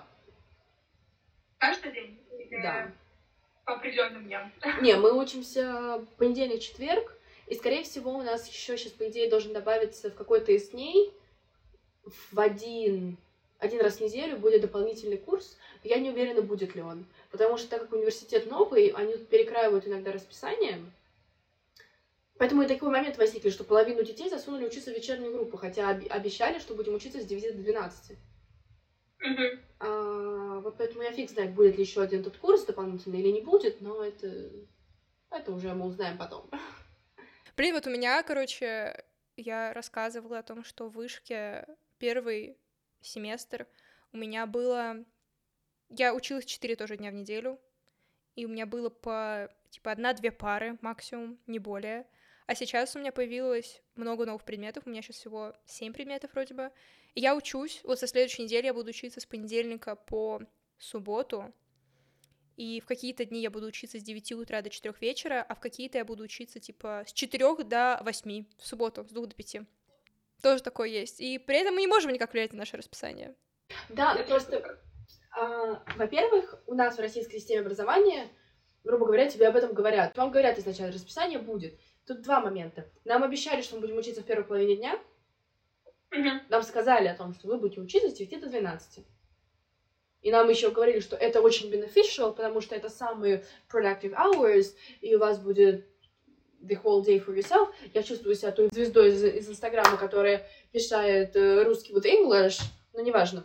Каждый день? Или да. По определенным дням? Не, мы учимся понедельник, четверг, и, скорее всего, у нас еще сейчас, по идее, должен добавиться в какой-то из дней в один, один раз в неделю будет дополнительный курс. Я не уверена, будет ли он. Потому что, так как университет новый, они перекраивают иногда расписание. Поэтому и такой момент возникли, что половину детей засунули учиться в вечернюю группу, хотя об- обещали, что будем учиться с девяти до двенадцати. Uh-huh. А, вот поэтому я фиг знает, будет ли еще один тот курс дополнительный или не будет, но это, это уже мы узнаем потом. Блин, вот у меня, короче, я рассказывала о том, что в вышке первый семестр у меня было... Я училась четыре тоже дня в неделю, и у меня было по, типа, одна-две пары максимум, не более. А сейчас у меня появилось много новых предметов, у меня сейчас всего семь предметов вроде бы. И я учусь, вот со следующей недели я буду учиться с понедельника по субботу, и в какие-то дни я буду учиться с девяти утра до четырёх вечера, а в какие-то я буду учиться, типа, с четырёх до восьми в субботу, с двух до пяти. Тоже такое есть. И при этом мы не можем никак влиять на наше расписание. Да, ну просто, а, во-первых, у нас в российской системе образования, грубо говоря, тебе об этом говорят. Вам говорят изначально, расписание будет. Тут два момента. Нам обещали, что мы будем учиться в первой половине дня. Uh-huh. Нам сказали о том, что вы будете учиться с девяти до двенадцати. И нам еще говорили, что это очень beneficial, потому что это самые productive hours, и у вас будет the whole day for yourself. Я чувствую себя той звездой из, из Инстаграма, которая мешает э, русский with English, но неважно.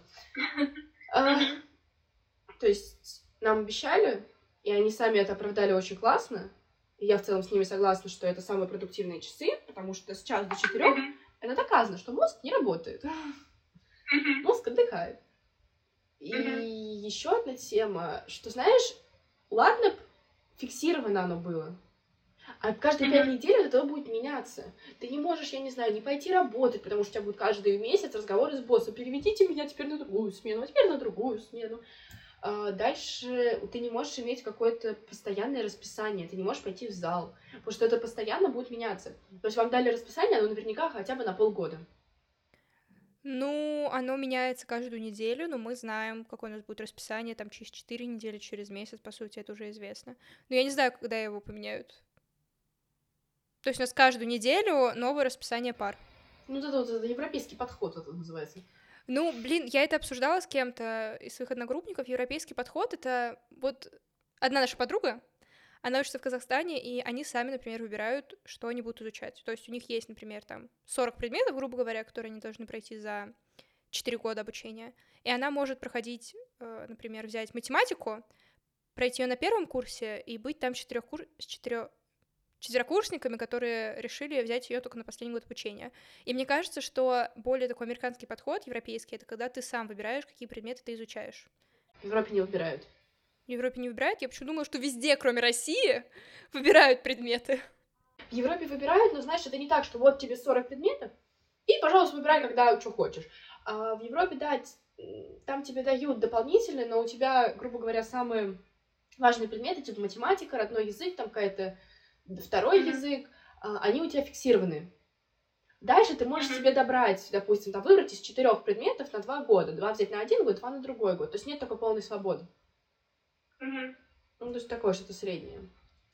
Uh, то есть нам обещали, и они сами это оправдали очень классно. И я в целом с ними согласна, что это самые продуктивные часы, потому что с часу до четырех uh-huh. это доказано, что мозг не работает. Uh-huh. Мозг отдыхает. И uh-huh. еще одна тема, что, знаешь, ладно, фиксировано оно было. А каждые пять недель это будет меняться. Ты не можешь, я не знаю, не пойти работать, потому что у тебя будет каждый месяц разговоры с боссом. Переведите меня теперь на другую смену, а теперь на другую смену. А дальше ты не можешь иметь какое-то постоянное расписание, ты не можешь пойти в зал, потому что это постоянно будет меняться. То есть вам дали расписание, оно наверняка хотя бы на полгода. Ну, оно меняется каждую неделю, но мы знаем, какое у нас будет расписание там через четыре недели, через месяц, по сути, это уже известно. Но я не знаю, когда его поменяют. То есть у нас каждую неделю новое расписание пар. Ну, это вот это европейский подход, это называется. Ну, блин, я это обсуждала с кем-то из своих одногруппников. Европейский подход — это вот одна наша подруга, она учится в Казахстане, и они сами, например, выбирают, что они будут изучать. То есть у них есть, например, там сорок предметов, грубо говоря, которые они должны пройти за четыре года обучения. И она может проходить, например, взять математику, пройти ее на первом курсе и быть там с четырехкур... с четырех... четверокурсниками, которые решили взять ее только на последний год обучения. И мне кажется, что более такой американский подход, европейский, это когда ты сам выбираешь, какие предметы ты изучаешь. В Европе не выбирают. В Европе не выбирают? Я почему думала, что везде, кроме России, выбирают предметы. В Европе выбирают, но, знаешь, это не так, что вот тебе сорок предметов, и, пожалуйста, выбирай, когда что хочешь. А в Европе, да, там тебе дают дополнительно, но у тебя, грубо говоря, самые важные предметы, типа математика, родной язык, там какая-то второй mm-hmm. язык, они у тебя фиксированы. Дальше ты можешь mm-hmm. себе добрать, допустим, там, выбрать из четырех предметов на два года. Два взять на один год, два на другой год. То есть нет такой полной свободы. Mm-hmm. Ну, то есть такое что-то среднее.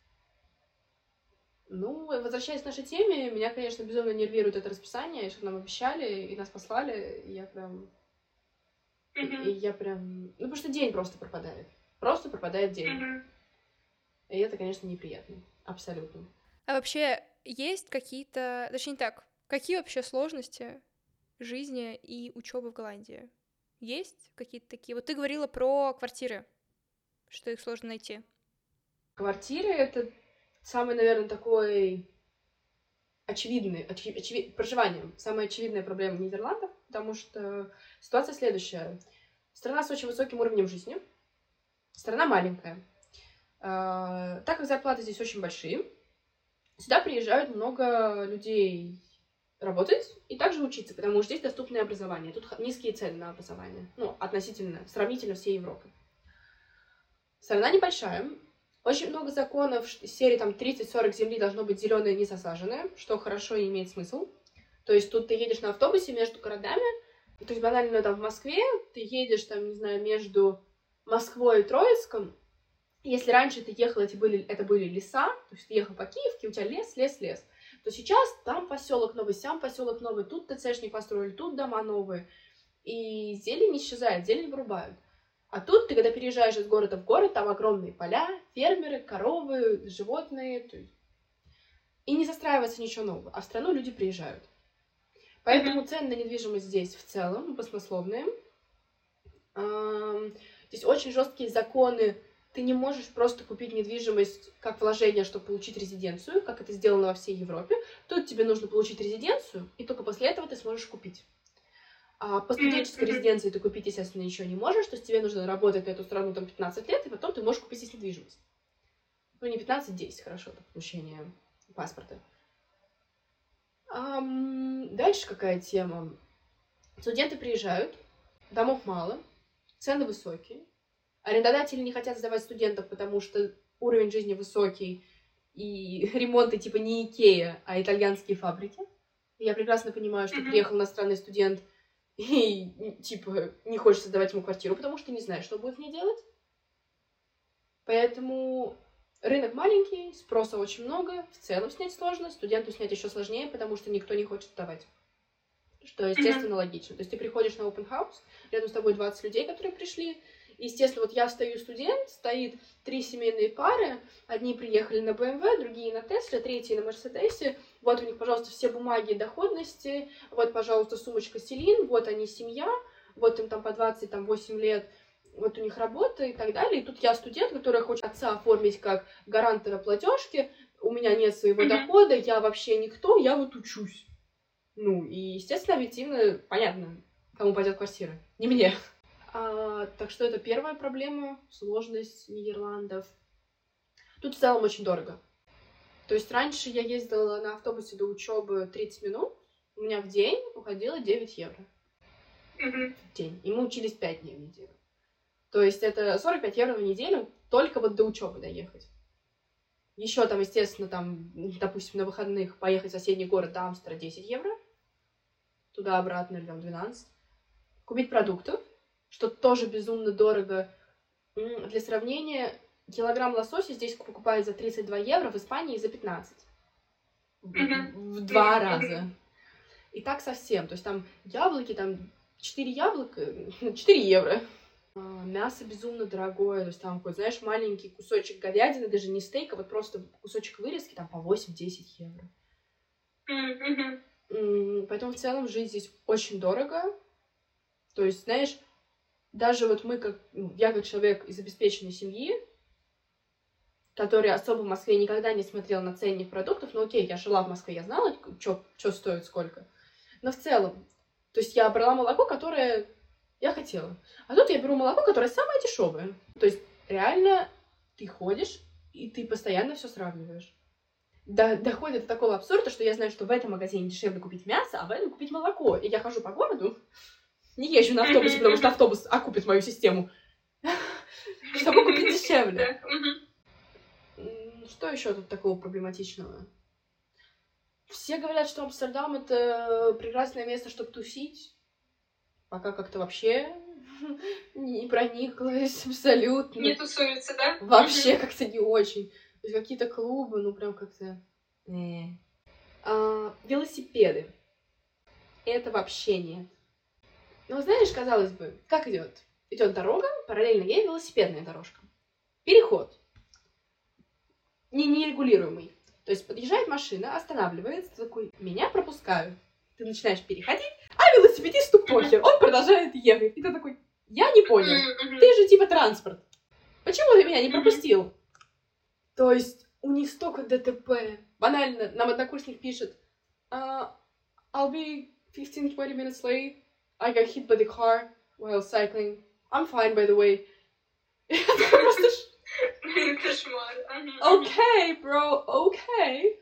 Ну, возвращаясь к нашей теме, меня, конечно, безумно нервирует это расписание, что нам обещали, и нас послали, и я прям... Mm-hmm. И я прям... Ну, потому что день просто пропадает. Просто пропадает день. Mm-hmm. И это, конечно, неприятно. Абсолютно. А вообще есть какие-то... Точнее так, какие вообще сложности жизни и учебы в Голландии? Есть какие-то такие? Вот ты говорила про квартиры, что их сложно найти. Квартиры — это самый, наверное, такой очевидный, очи... очевид... проживание. Самая очевидная проблема Нидерландов, потому что ситуация следующая. Страна с очень высоким уровнем жизни. Страна маленькая. А, так как зарплаты здесь очень большие, сюда приезжают много людей работать и также учиться, потому что здесь доступное образование. Тут низкие цены на образование. Ну, относительно, сравнительно всей Европы. Страна небольшая. Очень много законов из серии там тридцать-сорок земли должно быть зеленое, не засаженное, что хорошо и имеет смысл. То есть тут ты едешь на автобусе между городами, то есть банально там в Москве ты едешь там, не знаю, между Москвой и Троицком. Если раньше ты ехал, эти были, это были леса, то есть ты ехал по Киевке, у тебя лес, лес, лес, то сейчас там поселок новый, сям поселок новый, тут ТЦшник построили, тут дома новые. И зелень исчезает, зелень вырубают. А тут ты, когда переезжаешь из города в город, там огромные поля, фермеры, коровы, животные. То есть... И не застраивается ничего нового. А в страну люди приезжают. Поэтому mm-hmm. цены на недвижимость здесь в целом баснословные. Здесь очень жесткие законы. Ты не можешь просто купить недвижимость как вложение, чтобы получить резиденцию, как это сделано во всей Европе. Тут тебе нужно получить резиденцию, и только после этого ты сможешь купить. А по студенческой mm-hmm. резиденции ты купить, естественно, ничего не можешь, то есть тебе нужно работать на эту страну там пятнадцать лет, и потом ты можешь купить здесь недвижимость. Ну, не пятнадцать, десять, хорошо, до получения паспорта. А, дальше какая тема? Студенты приезжают, домов мало, цены высокие, арендодатели не хотят сдавать студентов, потому что уровень жизни высокий, и ремонты типа не Икея, а итальянские фабрики. Я прекрасно понимаю, что mm-hmm. приехал иностранный студент, и, типа, не хочется сдавать ему квартиру, потому что не знает, что будет в ней делать. Поэтому рынок маленький, спроса очень много, в целом снять сложно, студенту снять еще сложнее, потому что никто не хочет сдавать. Что, естественно, mm-hmm. логично. То есть ты приходишь на open house, рядом с тобой двадцать людей, которые пришли, и, естественно, вот я стою студент, стоит три семейные пары, одни приехали на бэ эм вэ, другие на Тесле, третьи на Мерседесе, вот у них, пожалуйста, все бумаги доходности, вот, пожалуйста, сумочка Селин, вот они семья, вот им там по двадцать восемь лет, вот у них работа и так далее. И тут я студент, который хочет отца оформить как гаранта платежки, у меня нет своего mm-hmm. дохода, я вообще никто, я вот учусь. Ну, и, естественно, объективно, понятно, кому пойдет квартира. Не мне. А, так что это первая проблема, сложность Нидерландов. Тут в целом очень дорого. То есть раньше я ездила на автобусе до учебы тридцать минут, у меня в день уходило девять евро. Мгм. В день. И мы учились пять дней в неделю. То есть это сорок пять евро в неделю только вот до учебы доехать. Еще там, естественно, там, допустим, на выходных поехать в соседний город до Амстера десять евро. Туда-обратно, или там двенадцать. Купить продуктов, что тоже безумно дорого. М, Для сравнения, килограмм лосося здесь покупают за тридцать два евро, в Испании за пятнадцать. В, Мгм. в два Мгм. раза. И так совсем. То есть там яблоки, там четыре яблока, четыре евро. А, Мясо безумно дорогое. То есть там какой, знаешь, маленький кусочек говядины, даже не стейк, а вот просто кусочек вырезки, там по восемь-десять евро. Мгм. М, Поэтому в целом жить здесь очень дорого. То есть, знаешь, даже вот мы, как ну, я как человек из обеспеченной семьи, который особо в Москве никогда не смотрел на ценник продуктов, ну окей, я жила в Москве, я знала, что стоит сколько. Но в целом, то есть я брала молоко, которое я хотела. А тут я беру молоко, которое самое дешевое. То есть реально ты ходишь, и ты постоянно все сравниваешь. До- доходит до такого абсурда, что я знаю, что в этом магазине дешевле купить мясо, а в этом купить молоко. И я хожу по городу, не езжу на автобусе, потому что автобус окупит мою систему, чтобы купить дешевле. Так, мгм. М, Что еще тут такого проблематичного? Все говорят, что Амстердам — это прекрасное место, чтобы тусить. Пока как-то вообще не прониклась абсолютно. Не тусуются, да? Вообще как-то не очень. То есть какие-то клубы, ну прям как-то... э. А, велосипеды. Это вообще нет. Ну, знаешь, казалось бы, как идет? Идет дорога, параллельно ей велосипедная дорожка. Переход. Не, нерегулируемый. То есть подъезжает машина, останавливается, ты такой, меня пропускают. Ты начинаешь переходить, а велосипедисту похер, он продолжает ехать. И ты такой, я не понял, Мгм. ты же типа транспорт. Почему ты меня не Мгм. пропустил? То есть у них столько ДТП. Банально, нам однокурсник пишет, «А, I'll be fifteen twenty minutes late. I got hit by the car while cycling. I'm fine, by the way». Я такая просто, Кошмар. Мгм. окей, бро, окей.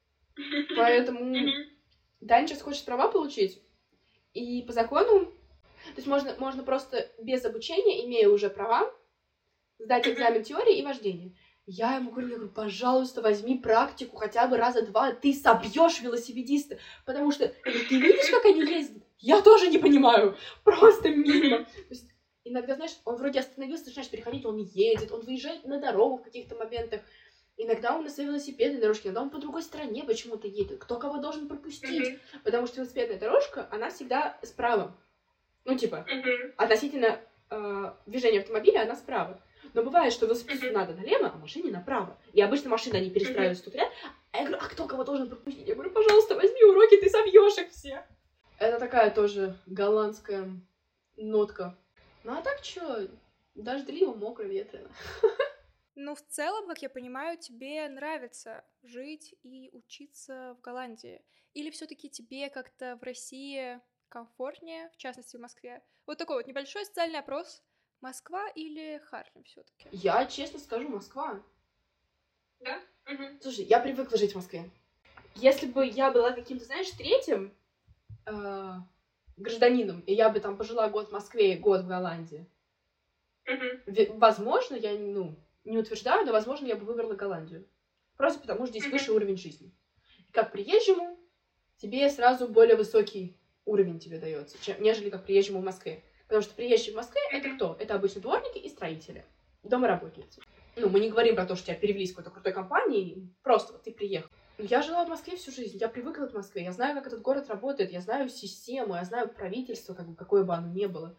Поэтому Мгм. Даня сейчас хочет права получить. И по закону, то есть можно, можно просто без обучения, имея уже права, сдать Мгм. экзамен теории и вождения. Я ему говорю, я говорю, пожалуйста, возьми практику хотя бы раза два, ты собьешь велосипедиста. Потому что, я говорю, ты видишь, как они ездят? Я тоже не понимаю. Просто мимо. То есть иногда, знаешь, он вроде остановился, начинаешь переходить, он едет, он выезжает на дорогу в каких-то моментах. Иногда он на своей велосипедной дорожке, иногда он по другой стороне почему-то едет. Кто кого должен пропустить? Мгм. Потому что велосипедная дорожка, она всегда справа. Ну, типа, Мгм. относительно э, движения автомобиля, она справа. Но бывает, что велосипедисту Мгм. надо налево, а машине направо. И обычно машины, они перестраиваются тут ряд. А я говорю, а кто кого должен пропустить? Я говорю, пожалуйста, возьми уроки, ты собьешь их все. Это такая тоже голландская нотка. Ну а так что, дождливо, мокро, ветрено. Ну, в целом, как я понимаю, тебе нравится жить и учиться в Голландии. Или все-таки тебе как-то в России комфортнее, в частности в Москве? Вот такой вот небольшой социальный опрос. Москва или Харлем все-таки? Я честно скажу, Москва. Да? Мгм. Слушай, я привыкла жить в Москве. Если бы я была каким-то, знаешь, третьим э, гражданином, и я бы там пожила год в Москве и год в Голландии, Мгм. ве- возможно, я ну, не утверждаю, но, возможно, я бы выбрала Голландию. Просто потому что здесь Мгм. выше уровень жизни. И как приезжему тебе сразу более высокий уровень тебе дается, чем, нежели как приезжему в Москве. Потому что приезжие в Москве — это Мгм. кто? Это обычно дворники и строители, домоработницы. Ну, мы не говорим про то, что тебя перевели с какой-то крутой компании, просто вот ты приехал. Но я жила в Москве всю жизнь, я привыкла к Москве, я знаю, как этот город работает, я знаю систему, я знаю правительство, как бы, какое бы оно ни было.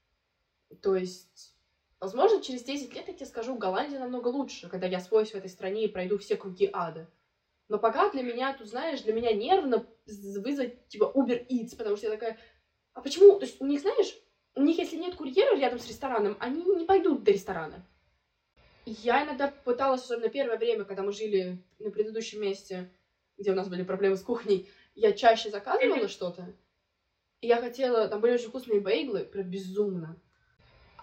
То есть, возможно, через десять лет я тебе скажу, Голландия намного лучше, когда я освоюсь в этой стране и пройду все круги ада. Но пока для меня, тут, знаешь, для меня нервно з- вызвать, типа, Uber Eats, потому что я такая, а почему? То есть у них, знаешь, у них, если нет курьера рядом с рестораном, они не пойдут до ресторана. И я иногда пыталась, особенно первое время, когда мы жили на предыдущем месте, где у нас были проблемы с кухней, я чаще заказывала Мгм. что-то, и я хотела, там были очень вкусные бейглы, прям безумно.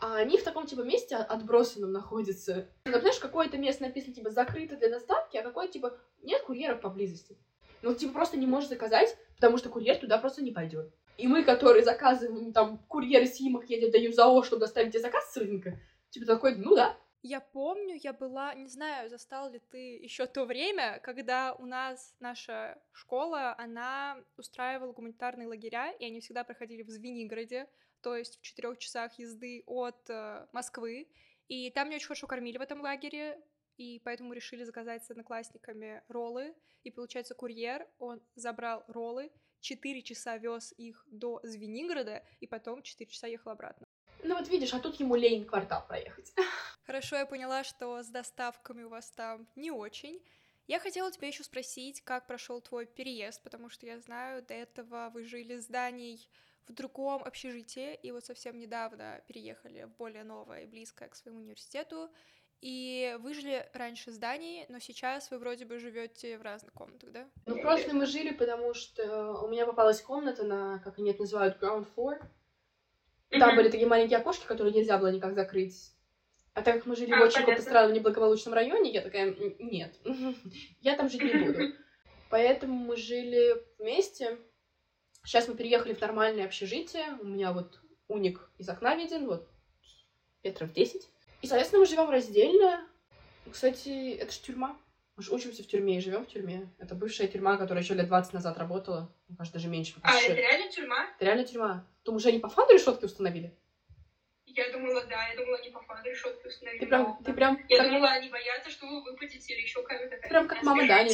А они в таком, типа, месте отбросанном находятся. Знаешь, какое-то место написано, типа, закрыто для доставки, а какое-то, типа, нет курьеров поблизости. Ну, типа, просто не можешь заказать, потому что курьер туда просто не пойдет. И мы, которые заказываем, там, курьер из Химок едет до ЮЗАО, чтобы доставить тебе заказ с рынка, типа, такой, ну да. Я помню, я была, не знаю, застал ли ты еще то время, когда у нас наша школа, она устраивала гуманитарные лагеря, и они всегда проходили в Звенигороде, то есть в четырех часах езды от э, Москвы, и там не очень хорошо кормили в этом лагере, и поэтому решили заказать с одноклассниками роллы, и, получается, курьер, он забрал роллы, четыре часа вез их до Звенигорода, и потом четыре часа ехал обратно. Ну вот видишь, а тут ему лень квартал проехать. Хорошо, я поняла, что с доставками у вас там не очень. Я хотела тебя еще спросить, как прошел твой переезд, потому что я знаю, до этого вы жили в здании в другом общежитии, и вот совсем недавно переехали в более новое и близкое к своему университету. И вы жили раньше в здании, но сейчас вы вроде бы живете в разных комнатах, да? Ну, в прошлом мы жили, потому что у меня попалась комната на, как они это называют, ground floor. Там были такие маленькие окошки, которые нельзя было никак закрыть. А так как мы жили А, в очень понятно. каком-то странном неблагополучном районе, я такая, нет, я там жить не буду. Поэтому мы жили вместе. Сейчас мы переехали в нормальное общежитие. У меня вот уник из окна виден, вот метров десять. И, соответственно, мы живем раздельно. Кстати, это же тюрьма. Мы же учимся в тюрьме и живем в тюрьме. Это бывшая тюрьма, которая еще лет двадцать назад работала. Мне кажется, даже меньше. А, Еще... это реально тюрьма? Это реально тюрьма. Думаю, уже они по фану решетки установили? Я думала, да, я думала, они по фану решетки установили. Ты прям, ты прям... Я как... думала, они боятся, что вы выпадете или еще какая-то такая. Прям как мама Дани.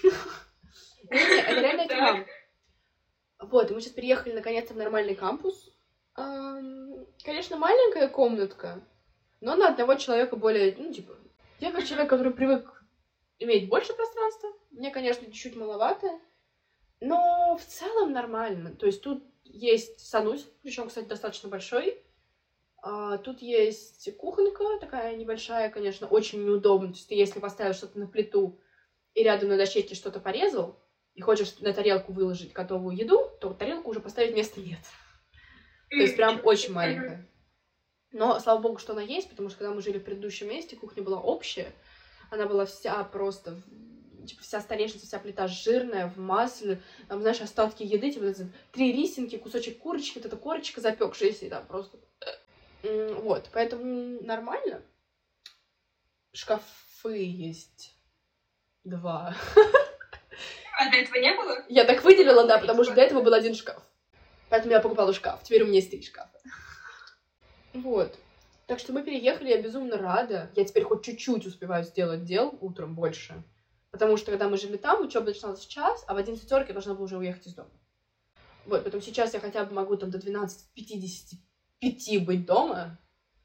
Не, это реально тюрьма. Вот, и мы сейчас переехали наконец-то в нормальный кампус. Конечно, маленькая комнатка, но на одного человека более, ну, типа... Я как человек, который привык иметь больше пространства. Мне, конечно, чуть-чуть маловато. Но в целом нормально. То есть тут есть санузел, причем, кстати, достаточно большой. А, тут есть кухонька, такая небольшая, конечно, очень неудобно. То есть ты, если поставил что-то на плиту и рядом на дощечке что-то порезал, и хочешь на тарелку выложить готовую еду, то тарелку уже поставить места нет. То есть прям очень маленькая. Но, слава богу, что она есть, потому что когда мы жили в предыдущем месте, кухня была общая. Она была вся просто... Типа вся столешница, вся плита жирная, в масле, там, знаешь, остатки еды, типа три рисинки, кусочек курочки, вот эта корочка запекшаяся, и там просто... Вот, поэтому нормально. Шкафы есть два. А до этого не было? Я так выделила, да, потому что до этого был один шкаф. Поэтому я покупала шкаф. Теперь у меня есть три шкафа. Вот. Так что мы переехали, я безумно рада. Я теперь хоть чуть-чуть успеваю сделать дел утром больше. Потому что, когда мы жили там, учеба начиналась в час, а в одиннадцать сорок я должна была уже уехать из дома. Вот, поэтому сейчас я хотя бы могу там до двенадцати пятидесяти пяти быть дома.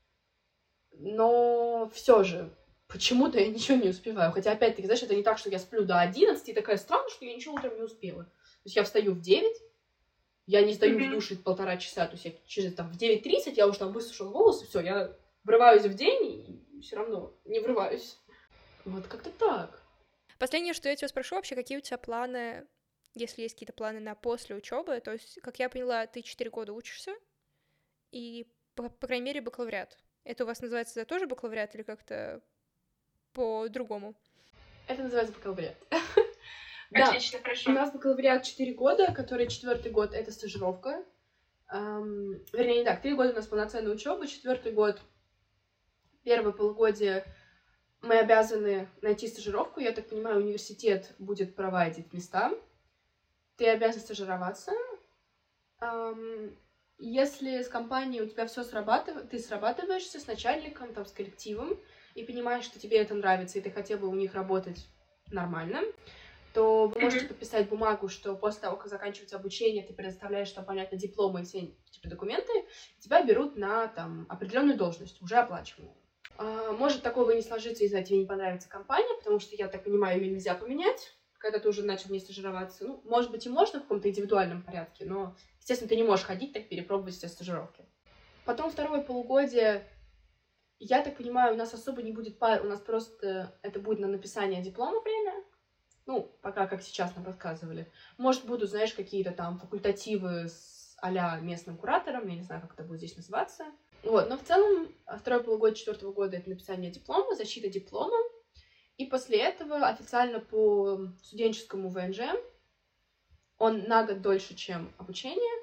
Но все же, почему-то я ничего не успеваю. Хотя, опять-таки, знаешь, это не так, что я сплю до одиннадцати, и такая странно, что я ничего утром не успела. То есть я встаю в девять, я не сдаю mm-hmm. в душе полтора часа, то есть я через там в девять тридцать я уже там высушила волосы, все, я врываюсь в день и все равно не врываюсь. Вот как-то так. Последнее, что я тебя спрошу, вообще, какие у тебя планы, если есть какие-то планы на после учебы? То есть, как я поняла, ты четыре года учишься, и, по, по крайней мере, бакалавриат. Это у вас называется это тоже бакалавриат или как-то по-другому? Это называется бакалавриат. Отлично, хорошо. У нас бакалавриат четыре года, который четвертый год — это стажировка. Эм, вернее, не так, три года у нас полноценная учеба, четвертый год, первое полугодие мы обязаны найти стажировку. Я так понимаю, университет будет проводить места. Ты обязан стажироваться. Эм, если с компанией у тебя все срабатывает, ты срабатываешься с начальником, там, с коллективом, и понимаешь, что тебе это нравится, и ты хотел бы у них работать нормально, то вы можете подписать бумагу, что после того, как заканчивается обучение, ты предоставляешь, там, понятно, дипломы и все типа, документы, тебя берут на там, определенную должность, уже оплачиваемую. А, может такого не сложиться, из-за тебе не понравится компания, потому что, я так понимаю, ее нельзя поменять, когда ты уже начал не стажироваться. Ну, может быть, и можно в каком-то индивидуальном порядке, но, естественно, ты не можешь ходить так, перепробовать все стажировки. Потом второе полугодие, я так понимаю, у нас особо не будет пар, у нас просто это будет на написание диплома время. Ну, пока, как сейчас нам рассказывали. Может, будут, знаешь, какие-то там факультативы с а-ля местным куратором, я не знаю, как это будет здесь называться. Вот, но в целом второе полугодие четвертого года — это написание диплома, защита диплома. И после этого официально по студенческому вэ эн жэ он на год дольше, чем обучение.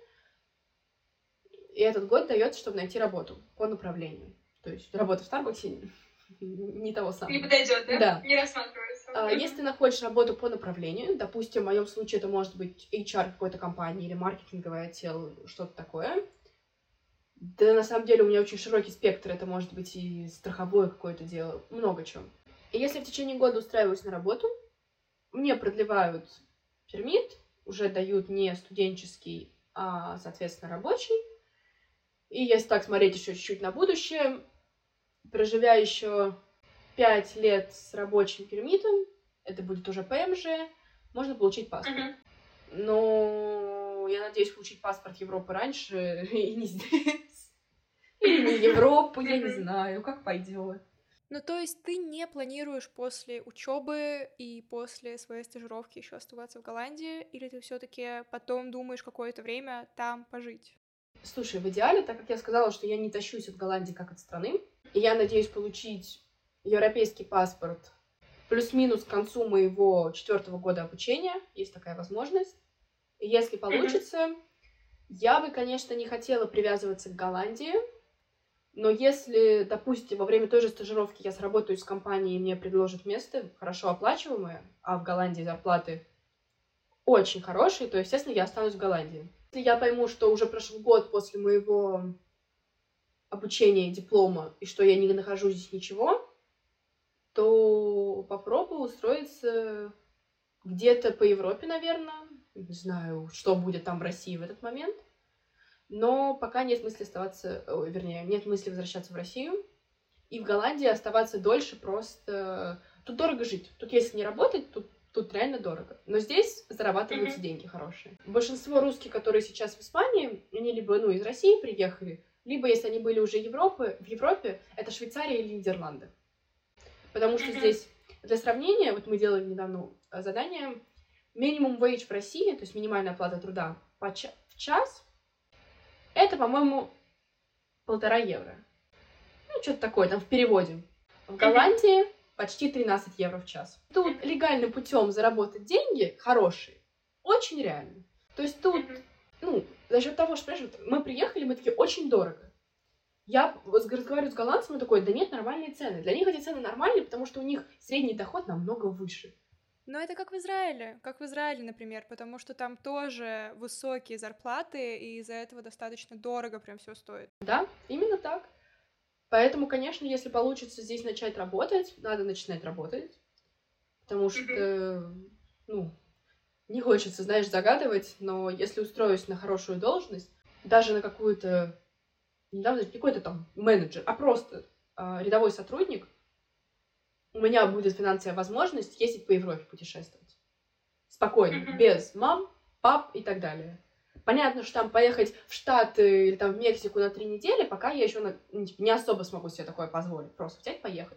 И этот год дается, чтобы найти работу по направлению. То есть работа в Старбаксе не того самого. Не подойдет, да? Да. Не рассматривается. А, если ты находишь работу по направлению, допустим, в моем случае это может быть эйч ар какой-то компании или маркетинговый отдел, что-то такое. Да, на самом деле у меня очень широкий спектр. Это может быть и страховое какое-то дело, много чего. И если в течение года устраиваюсь на работу, мне продлевают пермит, уже дают не студенческий, а, соответственно, рабочий. И если так смотреть еще чуть-чуть на будущее, проживя еще пять лет с рабочим пермитом, это будет уже пэ эм жэ, можно получить паспорт. Мгм. Но я надеюсь получить паспорт Европы раньше и не здесь. Или не Европу, я не Мгм. знаю, как пойдет. Ну, то есть ты не планируешь после учебы и после своей стажировки еще оставаться в Голландии, или ты все-таки потом думаешь какое-то время там пожить? Слушай, в идеале, так как я сказала, что я не тащусь от Голландии как от страны, и я надеюсь получить европейский паспорт плюс-минус к концу моего четвертого года обучения, есть такая возможность. И если получится, я бы, конечно, не хотела привязываться к Голландии, но если, допустим, во время той же стажировки я сработаюсь с компанией, и мне предложат место хорошо оплачиваемое, а в Голландии зарплаты очень хорошие, то, естественно, я останусь в Голландии. Если я пойму, что уже прошел год после моего обучения и диплома, и что я не нахожу здесь ничего, то попробую устроиться где-то по Европе, наверное. Не знаю, что будет там в России в этот момент. Но пока нет мысли оставаться, ой, вернее, нет мысли возвращаться в Россию. И в Голландии оставаться дольше просто... Тут дорого жить. Тут если не работать, тут, тут реально дорого. Но здесь зарабатываются Мгм. деньги хорошие. Большинство русских, которые сейчас в Испании, они либо ну, из России приехали, либо, если они были уже Европы, в Европе, это Швейцария или Нидерланды. Потому что Мгм. здесь, для сравнения, вот мы делали недавно э, задание, минимум wage в России, то есть минимальная оплата труда по ча- в час, это, по-моему, полтора евро. Ну, что-то такое, там в переводе. В Голландии почти тринадцать евро в час. Тут легальным путем заработать деньги хорошие очень реально. То есть тут, Мгм. ну, за счет того, что, понимаешь, вот мы приехали, мы такие, очень дорого. Я вот разговариваю с голландцем, он такой, да нет, нормальные цены. Для них эти цены нормальные, потому что у них средний доход намного выше. Но это как в Израиле, как в Израиле, например, потому что там тоже высокие зарплаты, и из-за этого достаточно дорого прям все стоит. Да, именно так. Поэтому, конечно, если получится здесь начать работать, надо начинать работать. Потому что, ну, не хочется, знаешь, загадывать, но если устроюсь на хорошую должность, даже на какую-то, не даже какой-то там менеджер, а просто а, рядовой сотрудник, у меня будет финансовая возможность ездить по Европе путешествовать. Спокойно, Мгм. без мам, пап и так далее. Понятно, что там поехать в Штаты или там в Мексику на три недели, пока я еще на, ну, типа, не особо смогу себе такое позволить. Просто взять, поехать.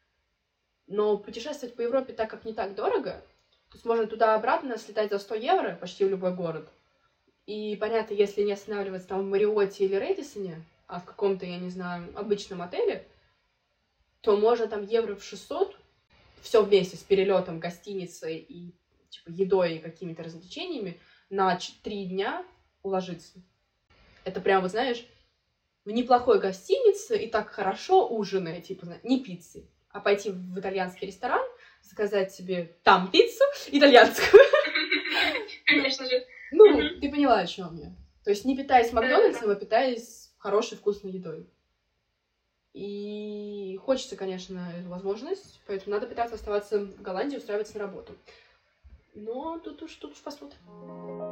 Но путешествовать по Европе, так как не так дорого, то есть можно туда-обратно слетать за сто евро почти в любой город. И понятно, если не останавливаться там в Мариотте или Рэдисоне, а в каком-то, я не знаю, обычном отеле, то можно там евро в шестьсот, все вместе с перелетом, гостиницей и типа едой и какими-то развлечениями на три дня уложиться. Это прям, вот знаешь, в неплохой гостинице и так хорошо ужиная, типа, не пиццей, а пойти в итальянский ресторан, заказать себе там пиццу итальянскую. Конечно же. Ну, Мгм. ты поняла, о чем я. То есть не питаясь Макдональдсом, а питаясь хорошей вкусной едой. И хочется, конечно, эту возможность, поэтому надо пытаться оставаться в Голландии, устраиваться на работу. Но тут уж, тут уж посмотрим.